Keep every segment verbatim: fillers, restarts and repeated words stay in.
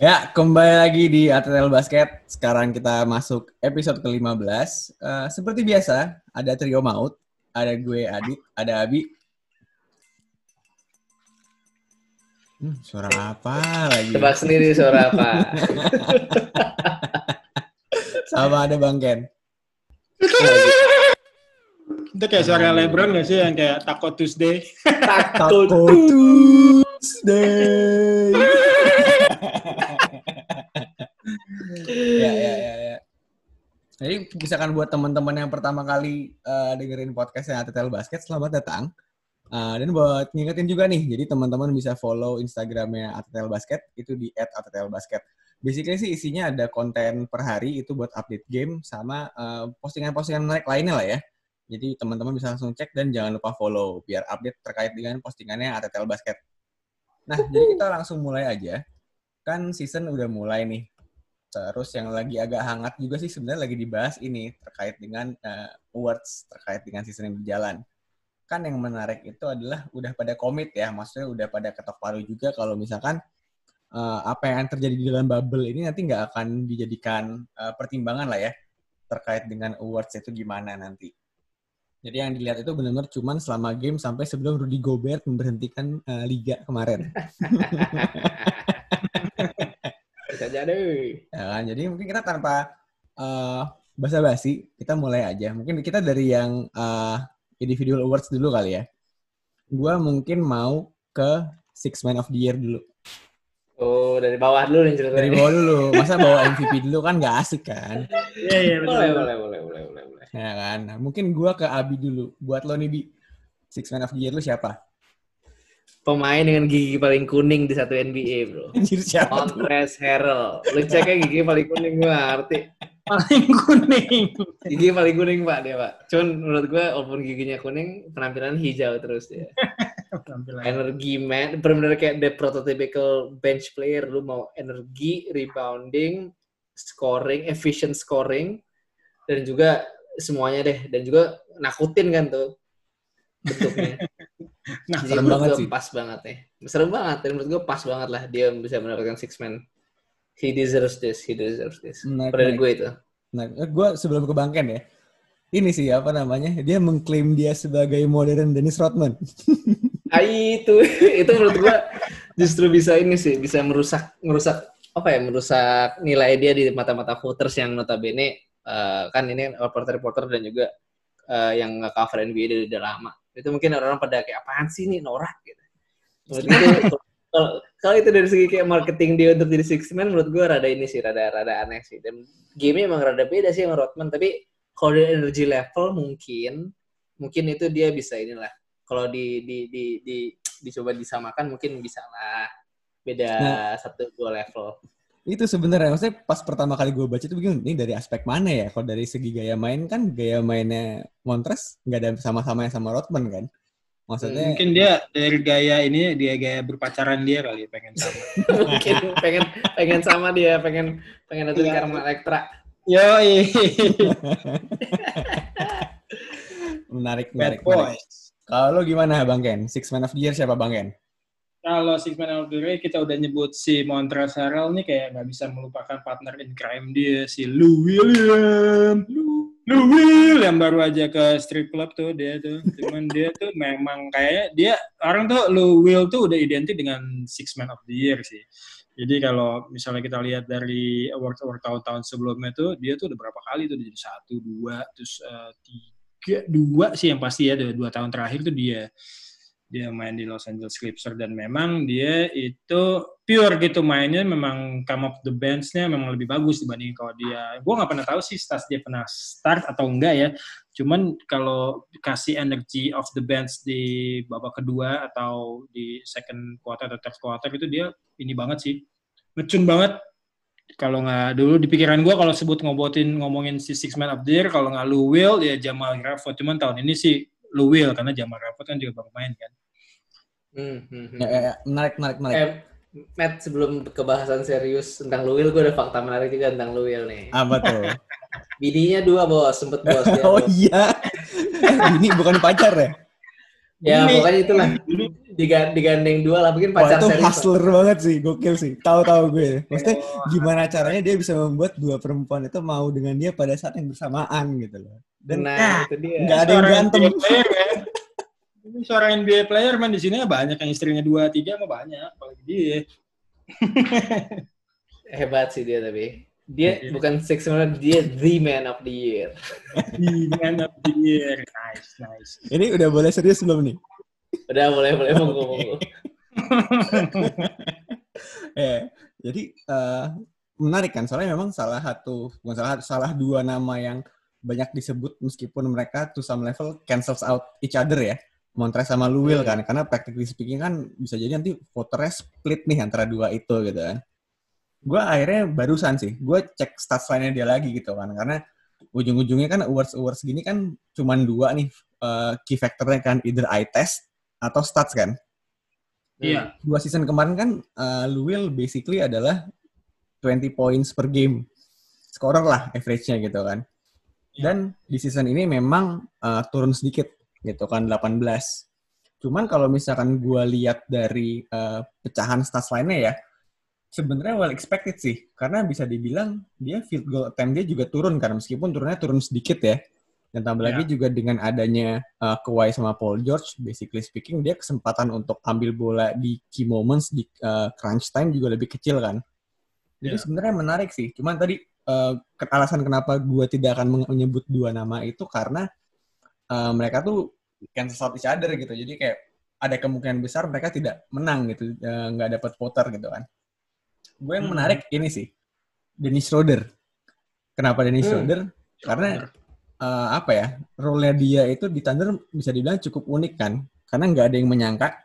Ya, kembali lagi di A T L Basket. Sekarang kita masuk episode ke lima belas. Uh, seperti biasa, ada trio maut. Ada gue, Adit, ada Abi. Hmm, suara apa lagi? Tebak sendiri suara apa. Sama ada Bang Ken. Itu kayak suara Lebron gak sih yang kayak Taco Tuesday? Taco Tuesday. ya, ya, ya, ya. Jadi misalkan buat teman-teman yang pertama kali uh, dengerin podcastnya A T L Basket, selamat datang. Uh, dan buat ngingetin juga nih, jadi teman-teman bisa follow Instagramnya A T L Basket, itu di et A T L Basket. Basically sih isinya ada konten per hari, itu buat update game, sama uh, postingan-postingan menarik lainnya lah ya. Jadi teman-teman bisa langsung cek dan jangan lupa follow, biar update terkait dengan postingannya A T L Basket. Nah, jadi kita langsung mulai aja. Kan season udah mulai nih. Terus yang lagi agak hangat juga sih sebenarnya lagi dibahas ini, terkait dengan uh, awards, terkait dengan season yang berjalan. Kan yang menarik itu adalah udah pada komit ya, maksudnya udah pada ketok palu juga kalau misalkan uh, apa yang terjadi di dalam bubble ini nanti nggak akan dijadikan uh, pertimbangan lah ya, terkait dengan awards itu gimana nanti. Jadi yang dilihat itu benar-benar cuman selama game sampai sebelum Rudy Gobert memberhentikan uh, liga kemarin. Bisa jadi. Ya kan? Jadi mungkin kita tanpa uh, basa-basi, kita mulai aja. Mungkin kita dari yang uh, individual awards dulu kali ya. Gua mungkin mau ke Six Man of the Year dulu. Oh, dari bawah dulu nih ceritanya. Dari bawah dulu. Masa bawa M V P dulu kan nggak asik kan? Iya, iya, betul. Boleh, boleh, boleh, boleh, boleh, boleh. Ya kan? Nah, mungkin gua ke Abi dulu. Buat lo nih, Bi. Six Man of the Year lu siapa? Pemain dengan gigi paling kuning di satu N B A, bro. Anjir, siapa tuh? Montrezl Harrell. Lu ceknya gigi paling kuning, gue ngerti. Paling kuning. Gigi paling kuning, Pak, dia, Pak. Cuman menurut gue, walaupun giginya kuning, penampilan hijau terus dia. Energi man, benar-benar kayak the prototypical bench player. Lu mau energi, rebounding, scoring, efficient scoring, dan juga semuanya deh. Dan juga nakutin kan tuh bentuknya. Nah, jadi serem menurut banget gue sih. pas banget nih. Serem banget. Dan menurut gue pas banget lah dia bisa mendapatkan six man. He deserves this. He deserves this. Menarik, pada menarik. gue itu. Nah, gue sebelum ke Bang Ken ya, ini sih apa namanya, dia mengklaim dia sebagai modern Dennis Rodman. Ah, itu itu menurut gue justru bisa ini sih, bisa merusak merusak apa ya, merusak nilai dia di mata-mata voters yang notabene uh, kan ini reporter-reporter dan juga uh, yang nge-cover N B A dari udah lama. Itu mungkin orang-orang pada kayak apaan sih nih, norak gitu. Menurut itu kalau, kalau itu dari segi kayak marketing dia untuk jadi six man, menurut gue rada ini sih, rada rada aneh sih. Dan game-nya emang rada beda sih sama Rodman, tapi kalau dari energy level mungkin mungkin itu dia bisa inilah. Kalau di di di di dicoba disamakan mungkin bisa lah. Beda nah, satu dua level. Itu sebenarnya maksudnya pas pertama kali gue baca itu begini, ini dari aspek mana ya? Kalau dari segi gaya main kan gaya mainnya Montrezl nggak ada sama-sama yang sama Rodman kan? Maksudnya mungkin dia dari gaya ini, dia gaya berpacaran dia kali, pengen sama. Mungkin pengen pengen sama dia, pengen pengen itu Karma Elektra. Yoi. menarik, menarik, menarik. Kalau gimana Bang Ken? Six Man of the Year siapa Bang Ken? Kalau Six Man of the Year kita udah nyebut si Montrezl Harrell nih, kayak nggak bisa melupakan partner in crime dia, si Lou Williams. Lou, Lou Will yang baru aja ke strip club tuh dia tuh. Cuman dia tuh memang kayaknya dia orang tuh Lou Will tuh udah identik dengan Six Man of the Year sih. Jadi kalau misalnya kita lihat dari award-award tahun-tahun sebelumnya tuh, dia tuh udah berapa kali tuh jadi satu, dua, terus uh, tiga, dua sih yang pasti ya, dua tahun terakhir tuh dia. Dia main di Los Angeles Clippers dan memang dia itu pure gitu mainnya, memang come up the bench-nya memang lebih bagus dibanding kalau dia. Gue nggak pernah tahu sih stats dia pernah start atau enggak ya. Cuman kalau kasih energy of the bench di babak kedua atau di second quarter atau third quarter itu dia ini banget sih, ngecun banget. Kalau nggak dulu di pikiran gue kalau sebut ngobotin ngomongin si Six Man of the Year, kalau nggak Lou Will ya Jamal Crawford. Cuman tahun ini sih Lou Will karena Jamal Crawford kan juga baru main kan. Hmm, hmm, hmm. Ya, ya, menarik, menarik, menarik. Eh, Matt, sebelum kebahasan serius tentang Lou Will, gue ada fakta menarik juga tentang Lou Will nih. Apa tuh? Bininya dua, bos. Sempet bos. Oh iya. Bini bukan pacar ya? Ya Ini- pokoknya itulah Diga- digandeng dua lah mungkin Wah, pacar itu serius. hustler banget sih, gokil sih. Tahu-tahu gue. Maksudnya gimana caranya dia bisa membuat dua perempuan itu mau dengan dia pada saat yang bersamaan gitu loh. Dan Nah itu dia. nggak ada yang seorang berantem. N B A player, man. Ini seorang N B A player man di sini banyak yang istrinya dua tiga mah banyak, apalagi dia. Hebat sih dia tapi. Dia Iya. bukan six man, dia the man of the year. Di man of the year. Nice, nice. Ini udah boleh serius belum nih? Udah boleh boleh monggo monggo. Ya, jadi eh, menarik kan, soalnya memang salah satu, bukan salah salah dua nama yang banyak disebut meskipun mereka to some level cancels out each other ya. Montrez sama Lou Will kan, karena practically speaking kan bisa jadi nanti voternya split nih antara dua itu gitu kan. Gue akhirnya barusan sih, gue cek stats lainnya dia lagi gitu kan, karena ujung-ujungnya kan awards-awards gini kan cuman dua nih uh, key factornya kan, either eye test atau stats kan. Iya. Dua season kemarin kan uh, Lou Will basically adalah twenty points per game, scorer lah average-nya gitu kan. Dan di season ini memang uh, turun sedikit gitu kan, delapan belas. Cuman kalau misalkan gue lihat dari uh, pecahan stats lainnya ya, sebenarnya well expected sih, karena bisa dibilang dia field goal attempt dia juga turun kan, meskipun turunnya turun sedikit ya. Dan tambah Ya. lagi juga dengan adanya uh, Kawhi sama Paul George, basically speaking dia kesempatan untuk ambil bola di key moments, di uh, crunch time juga lebih kecil kan. Jadi Ya. sebenarnya menarik sih. Cuman tadi uh, alasan kenapa gue tidak akan menyebut dua nama itu karena uh, mereka tuh cancel out each other gitu. Jadi kayak ada kemungkinan besar mereka tidak menang gitu, uh, nggak dapat voter gitu kan. Gue yang menarik hmm. ini sih, Dennis Schroeder. Kenapa Dennis hmm. Schroeder? Karena uh, apa ya, role-nya dia itu di Thunder bisa dibilang cukup unik kan. Karena nggak ada yang menyangka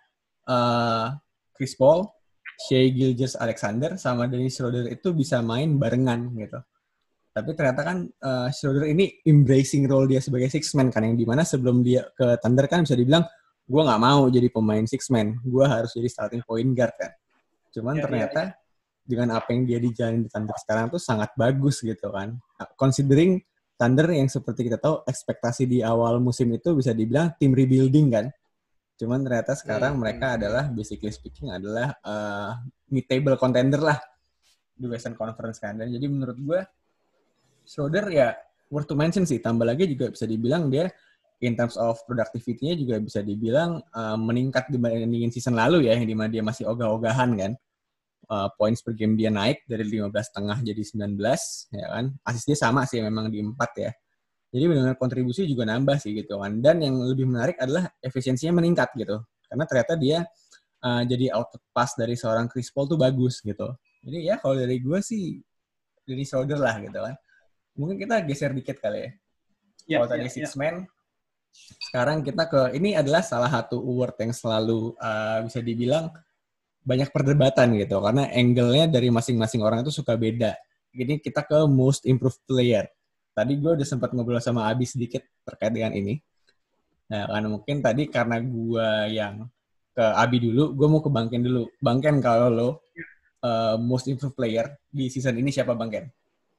uh, Chris Paul, Shai Gilgeous-Alexander sama Dennis Schroeder itu bisa main barengan gitu. Tapi ternyata kan uh, Schroeder ini embracing role dia sebagai six man kan, yang dimana sebelum dia ke Thunder kan bisa dibilang gue nggak mau jadi pemain six man, gue harus jadi starting point guard kan. Cuman ya, ternyata ya, ya. dengan apa yang dia dijalani di Thunder sekarang tuh sangat bagus gitu kan. Considering Thunder yang seperti kita tahu ekspektasi di awal musim itu bisa dibilang tim rebuilding kan. Cuman ternyata sekarang hmm. mereka adalah basically speaking adalah uh, mid-table contender lah di Western Conference kan. Dan jadi menurut gue Schroeder ya worth to mention sih. Tambah lagi juga bisa dibilang dia in terms of productivity-nya juga bisa dibilang uh, meningkat dibandingin season lalu ya, yang dimana dia masih ogah-ogahan kan. Uh, points per game dia naik dari lima belas setengah jadi sembilan belas ya kan. Assist dia sama sih memang di empat ya. Jadi benar-benar kontribusi juga nambah sih gitu kan. Dan yang lebih menarik adalah efisiensinya meningkat gitu. Karena ternyata dia uh, jadi output pass dari seorang Chris Paul tuh bagus gitu. Jadi ya kalau dari gue sih dari Schroeder lah gitu kan. Mungkin kita geser dikit kali ya. ya kalau tadi ya, six ya. man, sekarang kita ke ini adalah salah satu award yang selalu uh, bisa dibilang banyak perdebatan gitu, karena angle-nya dari masing-masing orang itu suka beda. Jadi kita ke most improved player. Tadi gue udah sempat ngobrol sama Abi sedikit terkait dengan ini. Nah, karena mungkin tadi karena gue yang ke Abi dulu, gue mau ke Bangken dulu. Bangken, kalau lo uh, most improved player di season ini siapa Bangken?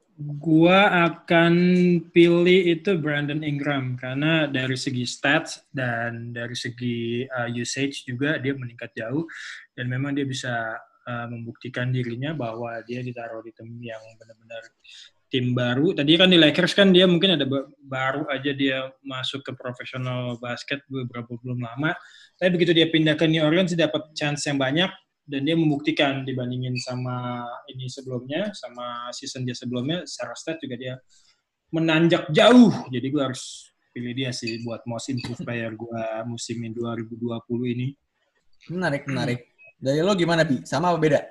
Gua akan pilih itu Brandon Ingram karena dari segi stats dan dari segi uh, usage juga dia meningkat jauh dan memang dia bisa uh, membuktikan dirinya bahwa dia ditaruh di tim yang benar-benar tim baru. Tadi kan di Lakers kan dia mungkin ada baru aja dia masuk ke profesional basket beberapa belum lama. Tapi begitu dia pindah ke New Orleans dia dapat chance yang banyak. Dan dia membuktikan dibandingin sama ini sebelumnya, sama season dia sebelumnya, secara stat juga dia menanjak jauh. Jadi gue harus pilih dia sih buat most improved player gue musim dua ribu dua puluh ini. Menarik, menarik. Dari lo gimana, Bi? Sama apa beda?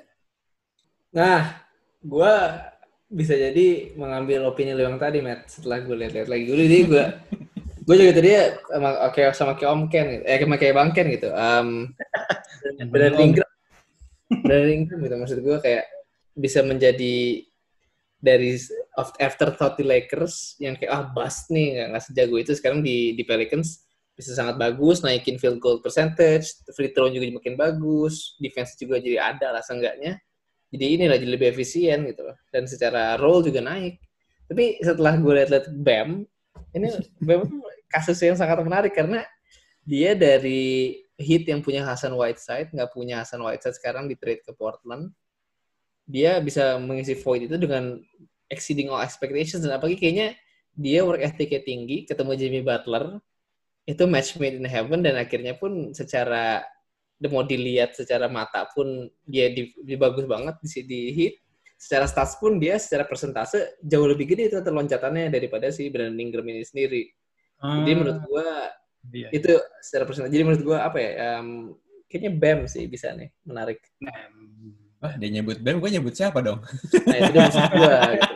Nah, gue bisa jadi mengambil opini lo yang tadi, Matt. Setelah gue lihat-lihat lagi dulu, jadi gue gue juga tadi ya sama kayak sama kayak Om Ken, gitu. eh sama kayak Bang Ken gitu. Um, Brandon Ingram. Brandon Ingram gitu, maksud gue kayak bisa menjadi dari afterthought di Lakers yang kayak ah bust nih, nggak sejago itu, sekarang di di Pelicans bisa sangat bagus, naikin field goal percentage, free throw juga makin bagus, defense juga jadi ada lah seenggaknya, jadi inilah jadi lebih efisien gitu, dan secara role juga naik. Tapi setelah gue lihat-lihat Bam, ini Bam kasus yang sangat menarik karena dia dari Heat yang punya Hassan Whiteside, nggak punya Hassan Whiteside sekarang di trade ke Portland. Dia bisa mengisi void itu dengan exceeding all expectations, dan apalagi kayaknya dia work ethic-nya tinggi, ketemu Jimmy Butler, itu match made in heaven, dan akhirnya pun secara mau dilihat secara mata pun dia di, di bagus banget di, di Heat. Secara stats pun dia secara persentase jauh lebih gede itu loncatannya daripada si Brandon Ingram ini sendiri. Hmm. Jadi menurut gua iya. Itu secara persentase. Jadi menurut gua apa ya? Um, kayaknya Bam sih bisa nih menarik. Wah, dia nyebut Bam, gua nyebut siapa dong? Nah, itu dia maksud gua gitu.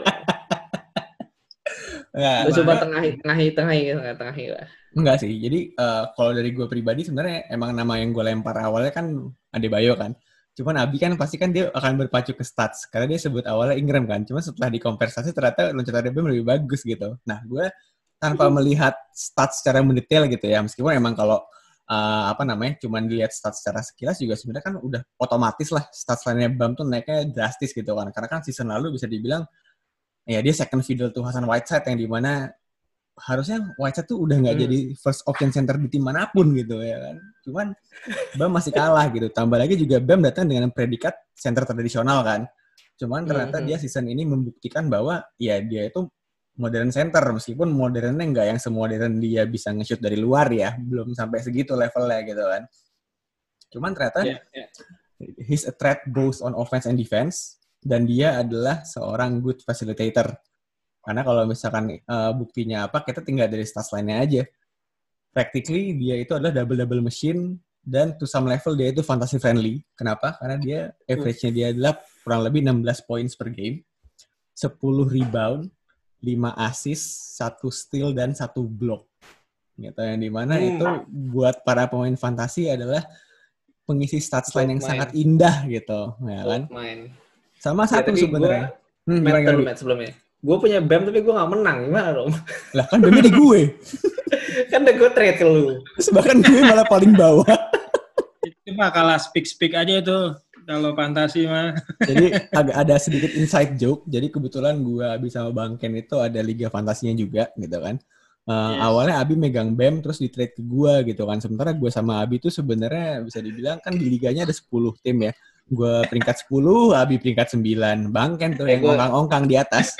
Nggak, lu coba tengahi, tengahi, tengahi, tengahi lah. Enggak sih. Jadi uh, kalau dari gue pribadi sebenarnya emang nama yang gue lempar awalnya kan Adebayo kan. Cuman Abi kan pasti kan dia akan berpacu ke stats karena dia sebut awalnya Ingram kan. Cuma setelah dikompensasi ternyata loncatan Adebayo lebih bagus gitu. Nah, gue tanpa melihat stats secara mendetail gitu ya. Meskipun emang kalau uh, apa namanya cuman dilihat stats secara sekilas juga sebenarnya kan udah otomatis lah stats lainnya Bam tuh naiknya drastis gitu kan. Karena kan season lalu bisa dibilang ya dia second fiddle tuh Hassan Whiteside yang dimana harusnya Whiteside tuh udah nggak hmm. jadi first option center di tim manapun gitu ya kan. Cuman Bam masih kalah gitu. Tambah lagi juga Bam datang dengan predikat center tradisional kan. Cuman ternyata hmm. dia season ini membuktikan bahwa ya dia itu modern center. Meskipun modernnya nggak yang semodern dia bisa nge-shoot dari luar ya. Belum sampai segitu levelnya gitu kan. Cuman ternyata yeah, yeah. he's a threat both on offense and defense. Dan dia adalah seorang good facilitator. Karena kalau misalkan uh, buktinya apa, kita tinggal dari stats lainnya aja. Practically, dia itu adalah double-double machine, dan to some level dia itu fantasy friendly. Kenapa? Karena dia, average-nya dia adalah kurang lebih enam belas points per game, sepuluh rebound, lima assist, satu steal, dan satu block. Gitu, yang dimana hmm. itu buat para pemain fantasi adalah pengisi stats lain yang sangat indah gitu. Ya kan? Sama satu ya, sebenarnya. Hmm, Matt dulu, Matt sebelumnya. Gue punya Bam tapi gue gak menang. Gimana dong? Lah kan Bamnya di gue. Kan udah gue trade ke lu. Terus bahkan gue malah paling bawah. Itu mah kalah speak-speak aja itu. Kalau fantasi mah. Jadi agak ada sedikit inside joke. Jadi kebetulan gue Abi sama Bang Ken itu ada liga fantasinya juga gitu kan. Uh, yes. Awalnya Abi megang Bam terus di trade ke gue gitu kan. Sementara gue sama Abi tuh sebenarnya bisa dibilang kan di liganya ada sepuluh tim ya. Gue peringkat sepuluh, Abi peringkat sembilan. Bang Ken tuh yang ongkang-ongkang di atas.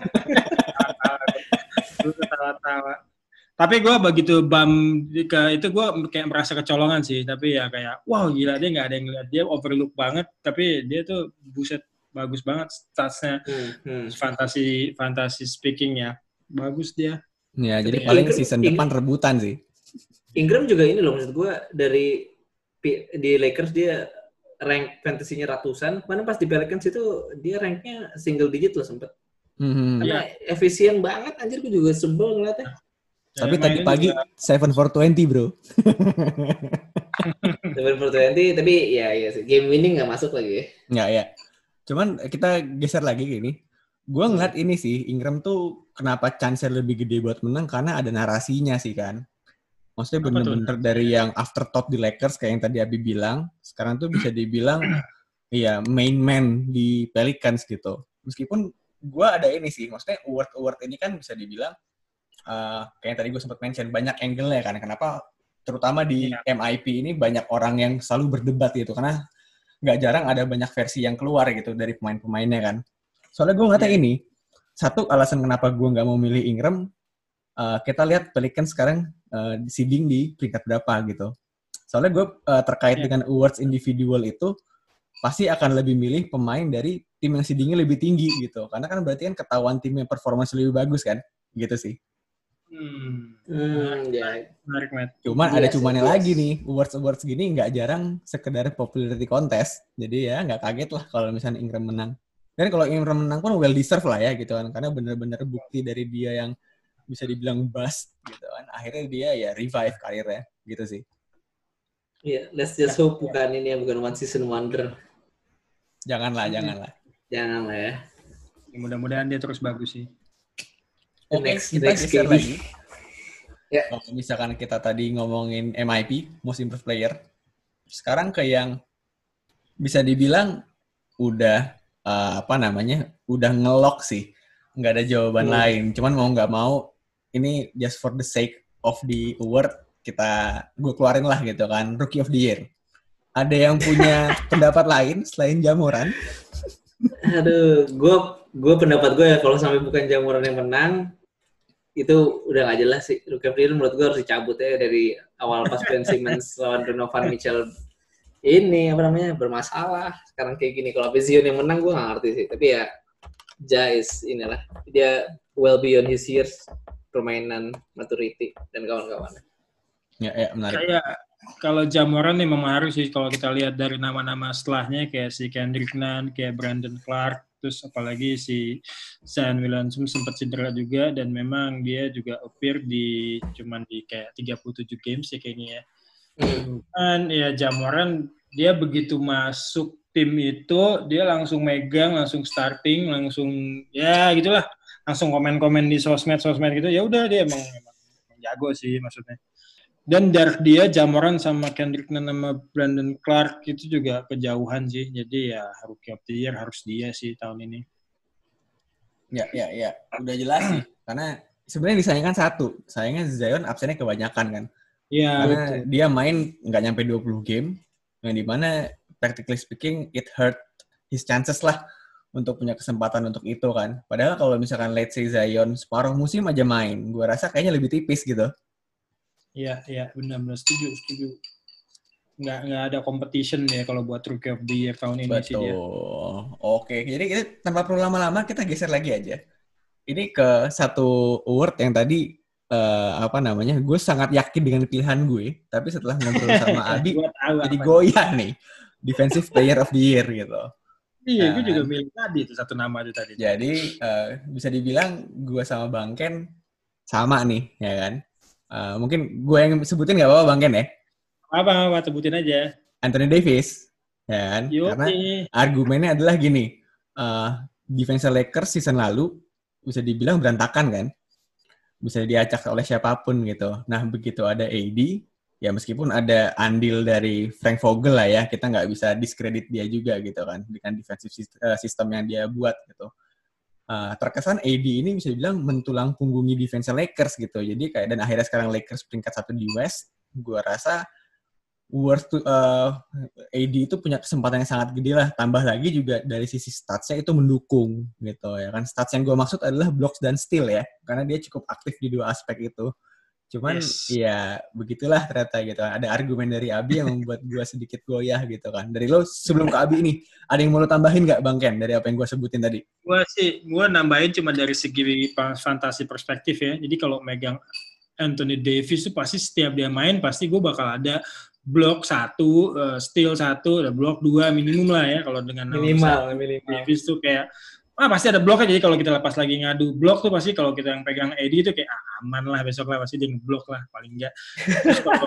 Tawa-tawa. Tapi gue begitu Bam ke itu gue kayak merasa kecolongan sih. Tapi ya kayak wow gila dia nggak ada yang ngeliat dia overlook banget. Tapi dia tuh buset bagus banget statsnya. Hmm, hmm. Fantasi fantasi speaking ya bagus dia. Ya jadi paling Ingram, season depan Ingram, rebutan sih. Ingram juga ini loh maksud gue dari di Lakers dia rank fantasinya ratusan, mana pas di Pelicans itu dia ranknya single digit loh sempet. Mm-hmm. Karena yeah. efisien banget, anjir gue juga sebel ngeliatnya. Tapi ya, tadi pagi juga... seven for twenty bro. seven for twenty, tapi ya, ya game winning nggak masuk lagi. Nggak ya. Cuman kita geser lagi gini. Gue ngeliat hmm. ini sih, Ingram tuh kenapa chance-nya lebih gede buat menang karena ada narasinya sih kan. Maksudnya bener-bener dari yang afterthought di Lakers kayak yang tadi Abi bilang, sekarang tuh bisa dibilang iya main man di Pelicans gitu. Meskipun gue ada ini sih, maksudnya award-award ini kan bisa dibilang uh, kayak yang tadi gue sempat mention banyak angle-nya kan. Kenapa terutama di ya. M I P ini banyak orang yang selalu berdebat gitu karena nggak jarang ada banyak versi yang keluar gitu dari pemain-pemainnya kan. Soalnya gue ngeliatnya ya. ini satu alasan kenapa gue nggak mau milih Ingram. Uh, kita lihat Pelicans sekarang uh, seeding di peringkat berapa gitu. Soalnya gue uh, terkait yeah. dengan awards individual itu pasti akan lebih milih pemain dari tim yang seedingnya lebih tinggi gitu. Karena kan berarti kan ketahuan tim yang performance lebih bagus kan, gitu sih. Hmm, hmm ya. Menarik banget. Cuman yes, ada cumannya yes. lagi nih, awards-awards gini nggak jarang sekedar popularity contest. Jadi ya nggak kaget lah kalau misalnya Ingram menang. Dan kalau Ingram menang pun well deserved lah ya gitu kan, karena benar-benar bukti dari dia yang bisa dibilang bust gitu kan. Akhirnya dia ya revive karirnya gitu sih. Iya, yeah, let's just hope bukan ini ya, bukan one season wonder. Janganlah, janganlah. Janganlah ya. Ya mudah-mudahan dia terus bagus sih. Oke, okay, kita geser lagi. Ya. Kalau misalkan kita tadi ngomongin M I P, Most Improved Player, sekarang ke yang bisa dibilang udah uh, apa namanya, udah ngelok sih. Nggak ada jawaban hmm. lain. Cuman mau nggak mau, ini just for the sake of the award, kita gue keluarin lah gitu kan, Rookie of the Year. Ada yang punya pendapat lain selain Ja Morant? Aduh, gue gue pendapat gue ya kalau sampai bukan Ja Morant yang menang itu udah gak jelas sih. Rookie of the Year menurut gue harus dicabut ya dari awal pas Ben Simmons lawan Donovan Mitchell ini apa namanya bermasalah. Sekarang kayak gini kalau Zion yang menang gue gak ngerti sih. Tapi ya Ja is inilah dia well beyond his years permainan maturity dan kawan-kawan. Ya, ya menarik. Kayak kalau Ja Morant nih memang harus sih kalau kita lihat dari nama-nama setelahnya kayak si Kendrick Nunn, kayak Brandon Clark, terus apalagi si Zion Williamson sempat cedera juga dan memang dia juga appear di cuman di kayak tiga puluh tujuh games ya kayaknya ya. Hmm. Dan ya Ja Morant dia begitu masuk tim itu dia langsung megang, langsung starting, langsung ya gitulah, langsung komen-komen di sosmed-sosmed gitu. Ya udah dia emang, emang jago sih maksudnya. Dan jarak dia Ja Morant sama Kendrick Nunn sama Brandon Clark itu juga kejauhan sih. Jadi ya Rookie of the Year harus dia sih tahun ini. Ya, ya, ya. Udah jelas sih. Karena sebenarnya disayangkan satu. Sayangnya Zion absennya kebanyakan kan. Iya, Karena betul. dia main nggak nyampe dua puluh game. Yang dimana practically speaking it hurt his chances lah untuk punya kesempatan untuk itu kan. Padahal kalau misalkan let's say Zion separuh musim aja main, gue rasa kayaknya lebih tipis gitu. Iya, iya, benar-benar setuju, setuju. Nggak, nggak ada competition ya kalau buat Rookie of the Year tahun ini sih dia. Betul. Oke, jadi kita tanpa perlu lama-lama kita geser lagi aja. Ini ke satu award yang tadi uh, apa namanya? Gue sangat yakin dengan pilihan gue, tapi setelah ngobrol sama Abi jadi goyah nih. Defensive Player of the Year gitu. Iya, nah, gue juga milih tadi itu satu nama itu tadi. Jadi uh, bisa dibilang gue sama Bang Ken sama nih, ya kan? Uh, mungkin gue yang sebutin nggak apa-apa Bang Ken ya? Apa-apa, sebutin aja. Anthony Davis, ya kan? Yo, Karena eh. argumennya adalah gini, uh, defense Lakers season lalu bisa dibilang berantakan kan? Bisa diacak oleh siapapun gitu. Nah begitu ada A D, ya meskipun ada andil dari Frank Vogel lah ya, kita nggak bisa diskredit dia juga gitu kan, dengan defensive system yang dia buat gitu. Uh, terkesan A D ini bisa dibilang mentulang punggungi defense Lakers gitu. Jadi kayak dan akhirnya sekarang Lakers peringkat satu di West, gue rasa worth to, uh, A D itu punya kesempatan yang sangat gede lah. Tambah lagi juga dari sisi stats-nya itu mendukung gitu ya kan. Stats yang gue maksud adalah blocks dan steal ya, karena dia cukup aktif di dua aspek itu. Cuman yes. ya begitulah ternyata gitu. Ada argumen dari Abi yang membuat gue sedikit goyah gitu kan. Dari lo sebelum ke Abi ini, ada yang mau lo tambahin nggak Bang Ken dari apa yang gue sebutin tadi? Gue sih, gue nambahin cuma dari segi fantasi perspektif ya. Jadi kalau megang Anthony Davis itu pasti setiap dia main pasti gue bakal ada blok satu, uh, steal satu, ada blok dua minimum lah ya kalau dengan minimal, minimal. Davis tuh kayak ah pasti ada bloknya. Jadi kalau kita lepas lagi ngadu blok tuh pasti kalau kita yang pegang A D itu kayak ah, aman lah besok lah pasti dia ngeblok lah paling enggak. kalau,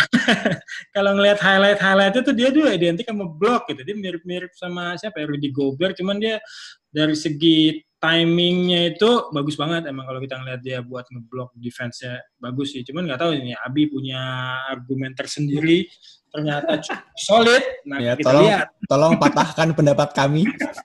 kalau ngelihat highlight highlightnya tuh dia juga identik sama blok gitu. Dia mirip-mirip sama siapa ya Rudy Gobert, cuman dia dari segi timingnya itu bagus banget emang kalau kita ngelihat dia buat ngeblok defense-nya bagus sih. Cuman nggak tahu ini Abi punya argumen tersendiri ternyata solid. Nah ya, kita tolong, lihat. Tolong patahkan pendapat kami.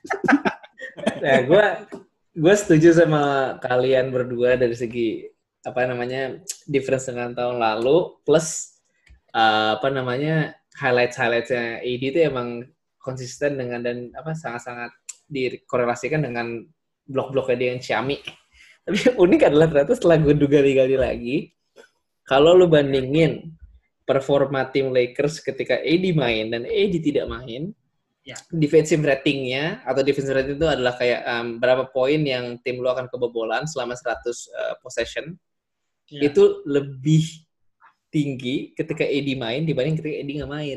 Nah, gue gue setuju sama kalian berdua dari segi apa namanya difference dengan tahun lalu plus uh, apa namanya highlight highlightnya A D itu emang konsisten dengan dan apa sangat-sangat dikorelasikan dengan blok-bloknya dia yang Xiaomi. Tapi yang unik adalah ternyata setelah gue duga-gali lagi, kalau lu bandingin performa tim Lakers ketika A D main dan A D tidak main, ya. Defensive ratingnya atau defensive rating itu adalah kayak um, berapa poin yang tim lu akan kebobolan selama seratus uh, possession, ya. Itu lebih tinggi ketika A D main dibanding ketika A D nggak main.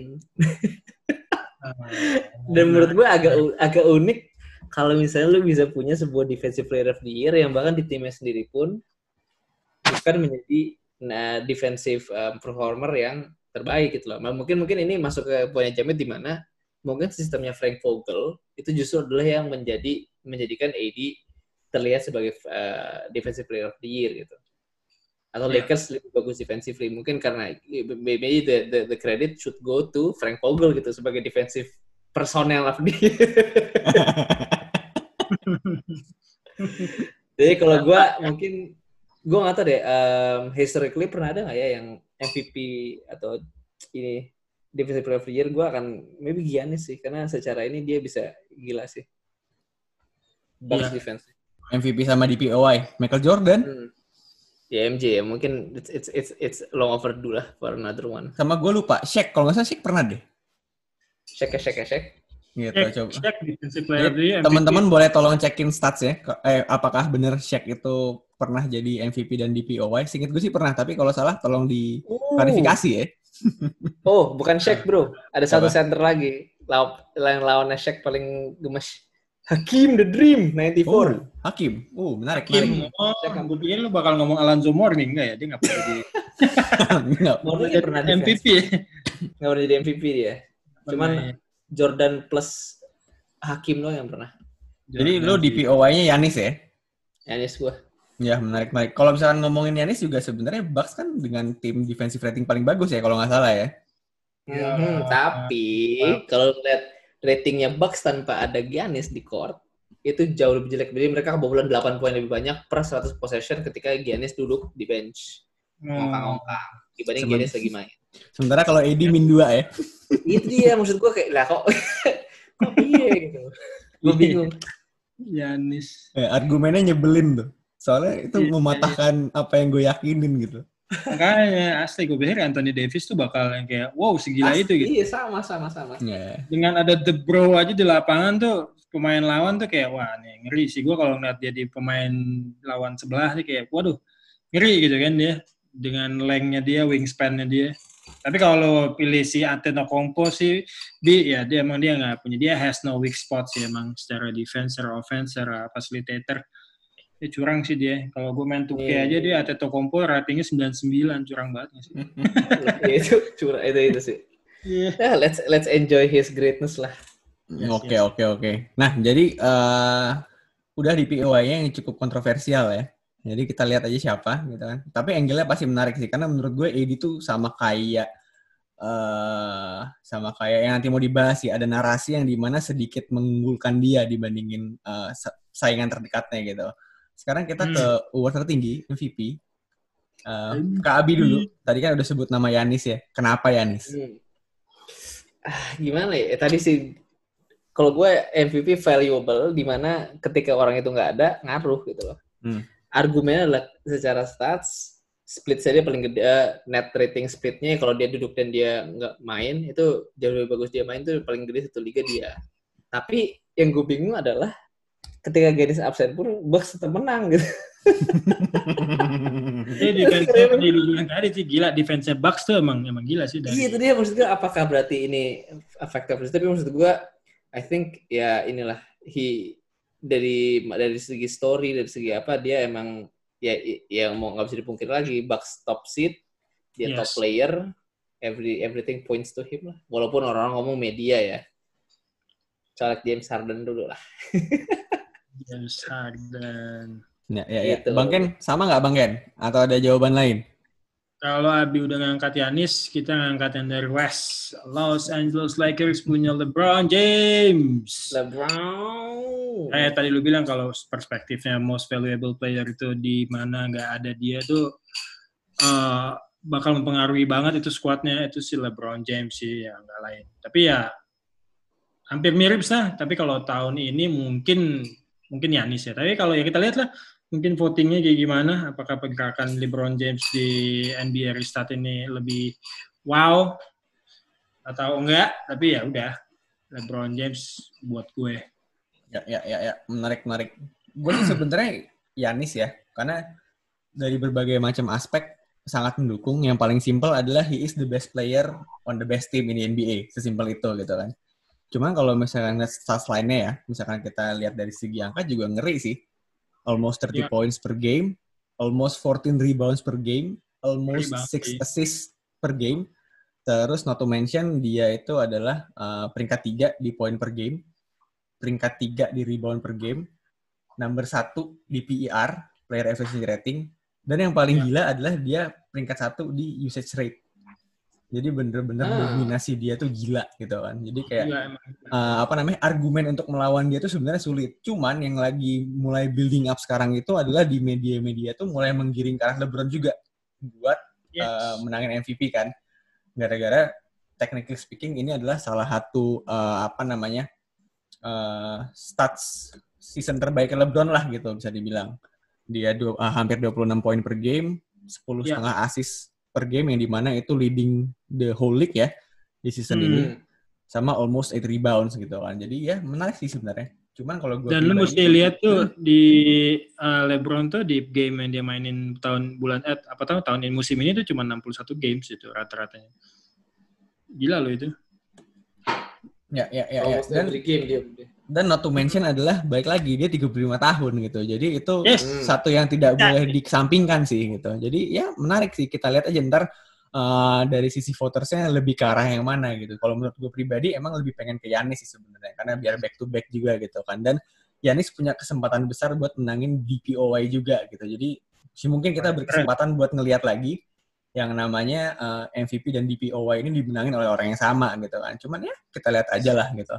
Dan menurut gue agak agak unik kalau misalnya lu bisa punya sebuah defensive player of the year yang bahkan di timnya sendiri pun bukan menjadi nah, defensive um, performer yang terbaik gitu loh. Mungkin mungkin ini masuk ke poinnya Jamet di mana mungkin sistemnya Frank Vogel itu justru adalah yang menjadi menjadikan A D terlihat sebagai uh, defensive player of the year gitu. Atau yeah. Lakers lebih bagus defensively mungkin karena maybe the, the the credit should go to Frank Vogel gitu sebagai defensive personnel of the year. Jadi kalau gue mungkin gue nggak tahu deh. Um, historically pernah ada nggak ya yang M V P atau ini Defensive Player of the Year? Gue akan maybe Giannis sih, karena secara ini dia bisa gila sih. Bucks Iya. defense. M V P sama D P O Y, Michael Jordan. Hmm. Ya M J ya, mungkin it's it's it's it's long overdue lah for another one. Sama gue lupa, Shaq. Kalau nggak salah Shaq pernah deh. Shaq Shaq Shaq. Gitu, Shaq, coba. Shaq defensive player of the year, Jadi, teman-teman boleh tolong cekin stats ya. Eh, apakah bener Shaq itu pernah jadi M V P dan D P O Y? Seinget gue sih pernah, tapi kalau salah tolong diklarifikasi ya. Oh, bukan Shaq bro. Ada satu Apa? center lagi. Law, yang lawannya Shaq paling gemes. Hakim the Dream Oh, ninety-four. Hakim. Oh, menarik. menarik. Kim, oh, gue pikir lu bakal ngomong Alonzo Mourning, enggak ya? Dia nggak pernah jadi Enggak. Mourning jadi pernah M V P. Nggak pernah jadi M V P dia. Cuman Pernah, ya. Jordan plus Hakim loh yang pernah. Jadi lu D P O Y-nya Giannis ya? Yanis gua. Ya, menarik-menarik. Kalau misalkan ngomongin Giannis juga sebenarnya Bucks kan dengan tim defensive rating paling bagus ya kalau nggak salah ya. Ya. Hmm, tapi kalau lihat ratingnya Bucks tanpa ada Giannis di court itu jauh lebih jelek. Jadi mereka kebobolan delapan poin lebih banyak per seratus possession ketika Giannis duduk di bench. Ngongkang-ngongkang. Dibanding Seben- Giannis lagi main. Sementara kalau A D min dua ya. Itu dia maksud gua kayak lah kok kok iya gitu. Gua bingung. Giannis. Eh, argumennya nyebelin tuh. Soalnya itu Iya. mematahkan apa yang gue yakinin gitu. Makanya asli gue pikir Anthony Davis tuh bakal yang kayak wow segila itu gitu. Iya, sama sama sama. Ya. Dengan ada The Bro aja di lapangan tuh pemain lawan tuh kayak wah nih ngeri sih gue kalau ngeliat dia di pemain lawan sebelah nih kayak waduh ngeri gitu kan dia dengan lengthnya dia, wingspan-nya dia. Tapi kalau pilih si Antetokounmpo sih, bi ya dia emang dia nggak punya, dia has no weak spot sih emang secara defense, secara offense, secara facilitator. Dia curang sih dia. Kalau gue main two K Iya. aja dia Antetokounmpo ratingnya sembilan puluh sembilan, curang banget nggak sih? Ya, itu curang itu itu sih. Iya. Ya, let's let's enjoy his greatness lah. Yes, Oke, yes. oke, oke. Nah, jadi eh udah di P O Y-nya yang cukup kontroversial ya. Jadi kita lihat aja siapa gitu kan. Tapi angle-nya pasti menarik sih karena menurut gue A D tuh sama kayak eh sama kayak yang nanti mau dibahas sih, ada narasi yang dimana sedikit mengunggulkan dia dibandingin eh, sa- saingan terdekatnya gitu. Sekarang kita ke award tertinggi M V P. Eh, Kak Abi dulu. Tadi kan udah sebut nama Giannis ya. Kenapa Giannis? Hmm. Ah, gimana ya? Tadi sih kalau gue M V P valuable di mana ketika orang itu nggak ada ngaruh gitu loh. Hmm. Argumennya adalah secara stats split saja paling gede, net rating splitnya kalau dia duduk dan dia nggak main itu jauh lebih bagus dia main tuh paling gede satu liga dia. Tapi yang gue bingung adalah ketika Giannis absen pun Bucks tetap menang gitu. Jadi defense-nya tadi lu bilang tadi sih gila, defense-nya Bucks tuh emang emang gila sih dari. Iya itu dia maksud gue apakah berarti ini efektif? Tapi maksud gue I think ya inilah he dari dari segi story dari segi apa dia emang ya yang mau nggak bisa dipungkiri lagi Bucks top seed dia Yes. top player every everything points to him lah walaupun orang-orang ngomong media ya colek James Harden dulu lah. James Harden. Ya, ya, ya. Gitu. Bang Ken, sama nggak Bang Ken? Atau ada jawaban lain? Kalau Abi udah ngangkat Giannis, kita ngangkat yang dari West. Los Angeles Lakers punya LeBron James. LeBron. Kayak tadi lu bilang kalau perspektifnya most valuable player itu di mana nggak ada dia tuh uh, bakal mempengaruhi banget itu squadnya itu si LeBron James sih ya nggak lain. Tapi ya hampir mirip sih. Tapi kalau tahun ini mungkin mungkin Giannis ya. Tapi kalau ya kita lihat lah mungkin votingnya kayak gimana. Apakah pergerakan LeBron James di N B A restart ini lebih wow atau enggak? Tapi ya udah LeBron James buat gue. Ya, ya, ya, ya. Menarik, menarik. Gue sih sebenarnya Giannis ya, karena dari berbagai macam aspek sangat mendukung. Yang paling simpel adalah he is the best player on the best team in the N B A. Sesimpel itu gitu kan. Cuman kalau misalkan stats lainnya ya, misalkan kita lihat dari segi angka juga ngeri sih. Almost thirty Ya. points per game, almost fourteen rebounds per game, almost Ngeri banget six sih. assists per game. Terus not to mention dia itu adalah uh, peringkat tiga di poin per game, peringkat tiga di rebound per game, number satu di P E R, player efficiency rating, dan yang paling Ya. gila adalah dia peringkat satu di usage rate. Jadi bener-bener Ah. dominasi dia tuh gila gitu kan. Jadi kayak Gila emang. uh, apa namanya argumen untuk melawan dia tuh sebenarnya sulit. Cuman yang lagi mulai building up sekarang itu adalah di media-media tuh mulai menggiring ke arah LeBron juga buat Yes. uh, menangin M V P kan. Gara-gara technically speaking ini adalah salah satu uh, apa namanya uh, stats season terbaik LeBron lah gitu bisa dibilang. Dia dua, uh, hampir dua puluh enam poin per game, sepuluh Ya. setengah assist per game yang dimana itu leading the whole league ya di season Hmm. ini, sama almost eight rebounds gitu kan. Jadi ya menarik sih sebenarnya. Cuman kalau gue Dan lu mesti pribadi, lihat tuh di uh, LeBron tuh di game yang dia mainin tahun bulan eh, apa tahun tahun ini musim ini tuh cuma enam puluh satu games itu rata-ratanya. Gila lo itu. ya ya ya, ya. Almost Dan every game dia. dan not to mention adalah baik lagi dia tiga puluh lima tahun gitu. Jadi itu Yes. satu yang tidak Ya. boleh dikesampingkan sih gitu. Jadi ya menarik sih, kita lihat aja ntar uh, dari sisi votersnya lebih ke arah yang mana gitu. Kalau menurut gue pribadi emang lebih pengen ke Giannis sih sebenarnya, karena biar back to back juga gitu kan. Dan Giannis punya kesempatan besar buat menangin D P O Y juga gitu. Jadi mungkin kita berkesempatan buat ngelihat lagi yang namanya uh, M V P dan D P O Y ini dimenangin oleh orang yang sama gitu kan. Cuman ya kita lihat aja lah gitu.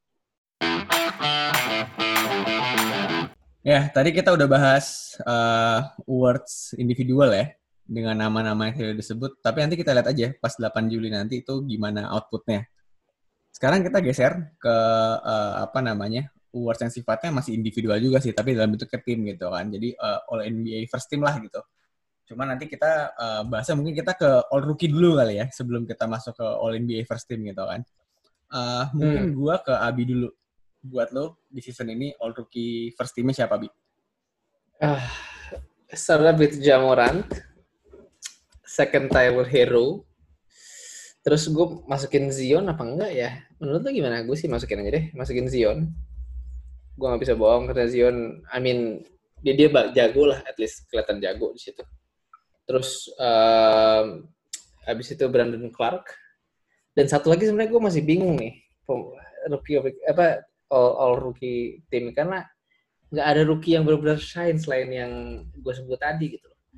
Ya, tadi kita udah bahas uh, awards individual ya, dengan nama-nama yang sudah disebut. Tapi nanti kita lihat aja pas delapan Juli nanti itu gimana outputnya. Sekarang kita geser ke uh, apa namanya awards yang sifatnya masih individual juga sih, tapi dalam bentuk ke tim gitu kan. Jadi uh, All N B A First Team lah gitu. Cuma nanti kita uh, bahasnya mungkin kita ke All Rookie dulu kali ya, sebelum kita masuk ke All N B A First Team gitu kan. Uh, mungkin Hmm. gua ke Abi dulu. Buat lo di season ini All Rookie First Team-nya siapa, Bi? Ah, start with Ja Morant, second Tyler Hero. Terus gue masukin Zion apa enggak ya? Menurut lo gimana? Gue sih masukin aja deh, masukin Zion. Gue nggak bisa bohong karena Zion, I mean dia dia jago lah, at least kelihatan jago di situ. Terus um, habis itu Brandon Clark. Dan satu lagi sebenarnya gue masih bingung nih, rookie apa all, all rookie tim, karena nggak ada rookie yang benar-benar shine selain yang gue sebut tadi gitu loh.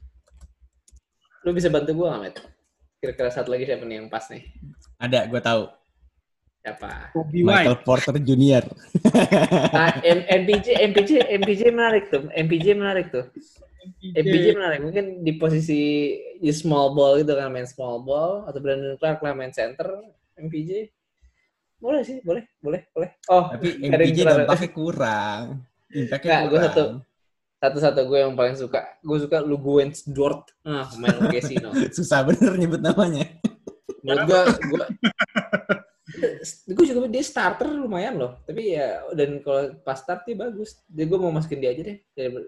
Lu bisa bantu gue nggak, Matt? Kira-kira satu lagi siapa nih yang pas nih? Ada, gue tahu. Siapa? Kobe Michael White. Porter Junior Nah, M- MPJ, MPJ, MPJ menarik tuh. MPJ menarik tuh. M P J menarik. Mungkin di posisi di small ball gitu kan, main small ball, atau Brandon Clark lah main center. M P J boleh sih, boleh, boleh, boleh. Oh, Tapi M ada P yang J kelar- dampaknya kurang. Impactnya Nggak, gue kurang. satu satu-satu gue yang paling suka. Gue suka Luguentz Dort. Ah, pemain O K C no. Susah bener nyebut namanya. Menurut gue, gue gue juga dia starter lumayan loh. Tapi ya, dan kalau pas start dia bagus. Jadi gue mau masukin dia aja deh.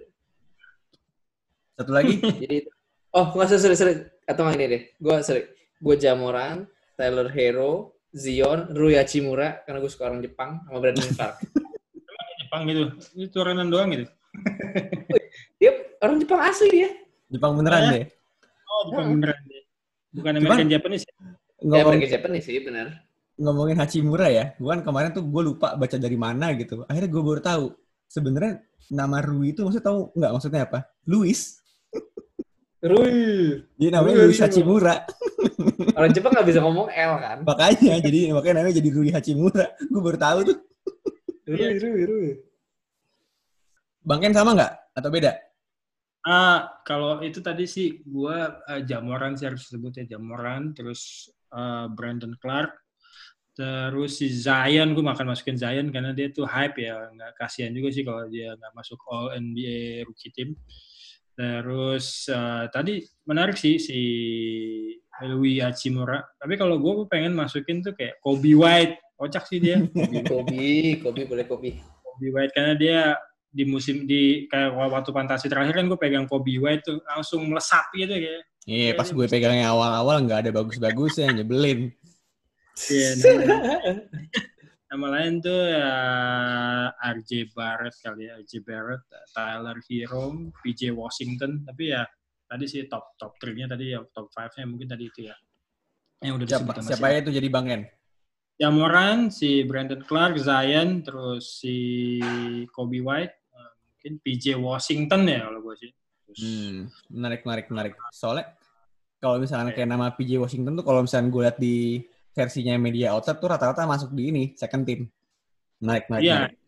Satu lagi? Jadi, oh nggak sorry, sorry. Atau nggak ini deh. Gue sorry. Gue Ja Morant, Tyler Hero, Zion, Rui Hachimura, karena gue suka orang Jepang, sama Brandon Clark. Jepang gitu. Itu turunan doang gitu. Dia orang Jepang asli dia. Jepang beneran deh. Oh, Jepang beneran deh. Bukan Cuman- American Japanese. Ya, Ngomong, mereka Japanese sih, benar. ngomongin Hachimura ya, gue kan kemarin tuh gue lupa baca dari mana gitu. Akhirnya gue baru tahu. Sebenarnya nama Rui itu maksudnya tahu nggak maksudnya apa? Luis. Rui. Jadi namanya Rui, Luis Rui. Hachimura. Orang Jepang nggak bisa ngomong L kan? Makanya jadi makanya namanya jadi Rui Hachimura. Gue baru tahu tuh. Rui, Rui, Rui. Bang Ken sama nggak? Atau beda? Ah, kalau itu tadi sih gua uh, Jamoran sih harus disebut ya, Jamoran, terus uh, Brandon Clark, terus si Zion, gue makan masukin Zion karena dia tuh hype ya, nggak kasihan juga sih kalau dia nggak masuk All N B A Rookie Team. Terus uh, tadi menarik sih si Rui Hachimura, tapi kalau gue pengen masukin tuh kayak Kobe White, kocak sih dia. Kobe, Kobe, Kobe boleh Kobe. Kobe White karena dia di musim di kayak waktu fantasi terakhir kan gue pegang Kobe White tuh langsung melesat gitu kayak. Iya, pas gue pegangnya awal-awal nggak ada bagus-bagusnya, nyebelin. Iya, nama, nama lain tuh ya R J Barrett kali ya, R J Barrett, Tyler Hero, P J Washington, tapi ya tadi sih top top tiga-nya tadi ya, top lima-nya mungkin tadi itu ya. Yang udah disebut Siapa, sama siapa ya itu jadi Bang Ken? Jamoran, si Brandon Clark, Zion, terus si Kobe White, mungkin P J Washington ya kalau gue sih. Terus, Hmm, menarik, menarik, menarik. Soalnya kalau misalnya kayak nama P J Washington tuh kalau misalnya gue lihat di versinya media outlet tuh rata-rata masuk di ini second team. Naik, naik, Iya. naik.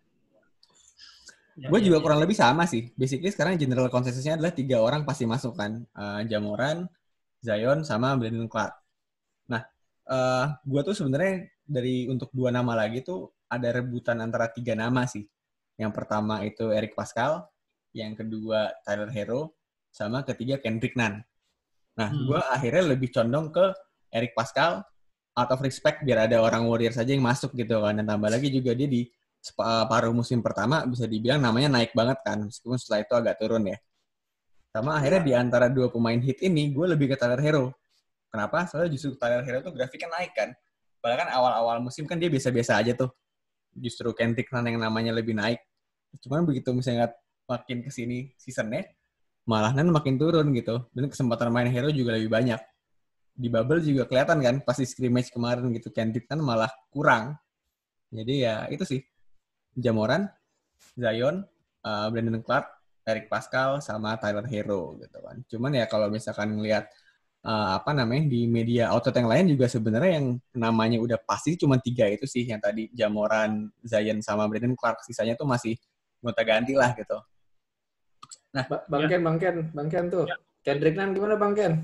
Ya, Gue ya, juga ya. kurang lebih sama sih. Basically sekarang general consensusnya adalah tiga orang pasti masuk kan. Uh, Jamoran, Zion, sama Brandon Clark. Nah, uh, gue tuh sebenarnya dari untuk dua nama lagi tuh ada rebutan antara tiga nama sih. Yang pertama itu Eric Pascal, yang kedua Tyler Hero, sama ketiga Kendrick Nunn. Nah, hmm. gue akhirnya lebih condong ke Eric Pascal, out of respect biar ada orang Warriors aja yang masuk gitu kan. Dan tambah lagi juga dia di paruh musim pertama bisa dibilang namanya naik banget kan, meskipun setelah itu agak turun ya. Sama akhirnya di antara dua pemain hit ini, gue lebih ke Tyler Hero. Kenapa? Soalnya justru Tyler Hero tuh grafiknya naik kan. Padahal kan awal-awal musim kan dia biasa-biasa aja tuh. Justru Kendrick Nunn yang namanya lebih naik. Cuman begitu misalnya makin kesini seasonnya, malah Nunn makin turun gitu. Dan kesempatan main Hero juga lebih banyak. Di bubble juga kelihatan kan, pas di scrimmage kemarin gitu, Kendrick Nunn malah kurang. Jadi ya itu sih. Jamoran, Zion, uh, Brandon Clark, Eric Pascal, sama Tyler Hero gitu kan. Cuman ya kalau misalkan ngelihat uh, apa namanya di media outlet yang lain juga sebenarnya yang namanya udah pasti cuma tiga itu sih yang tadi Jamoran, Zion, sama Brandon Clark. Sisanya tuh masih gonta-ganti lah gitu. Nah, ba- Bang Ken, Bang Ken, Bang Ken tuh. Ya. Kendrick Nunn gimana Bang Ken?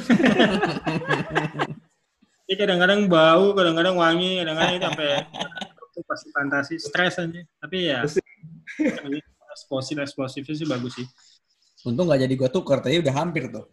Ini kadang-kadang bau, kadang-kadang wangi, kadang-kadang itu sampai pasti fantasi, stres aja. Tapi ya, eksplosif eksplosifnya sih bagus sih. Untung nggak jadi gue tuker, tadi udah hampir tuh.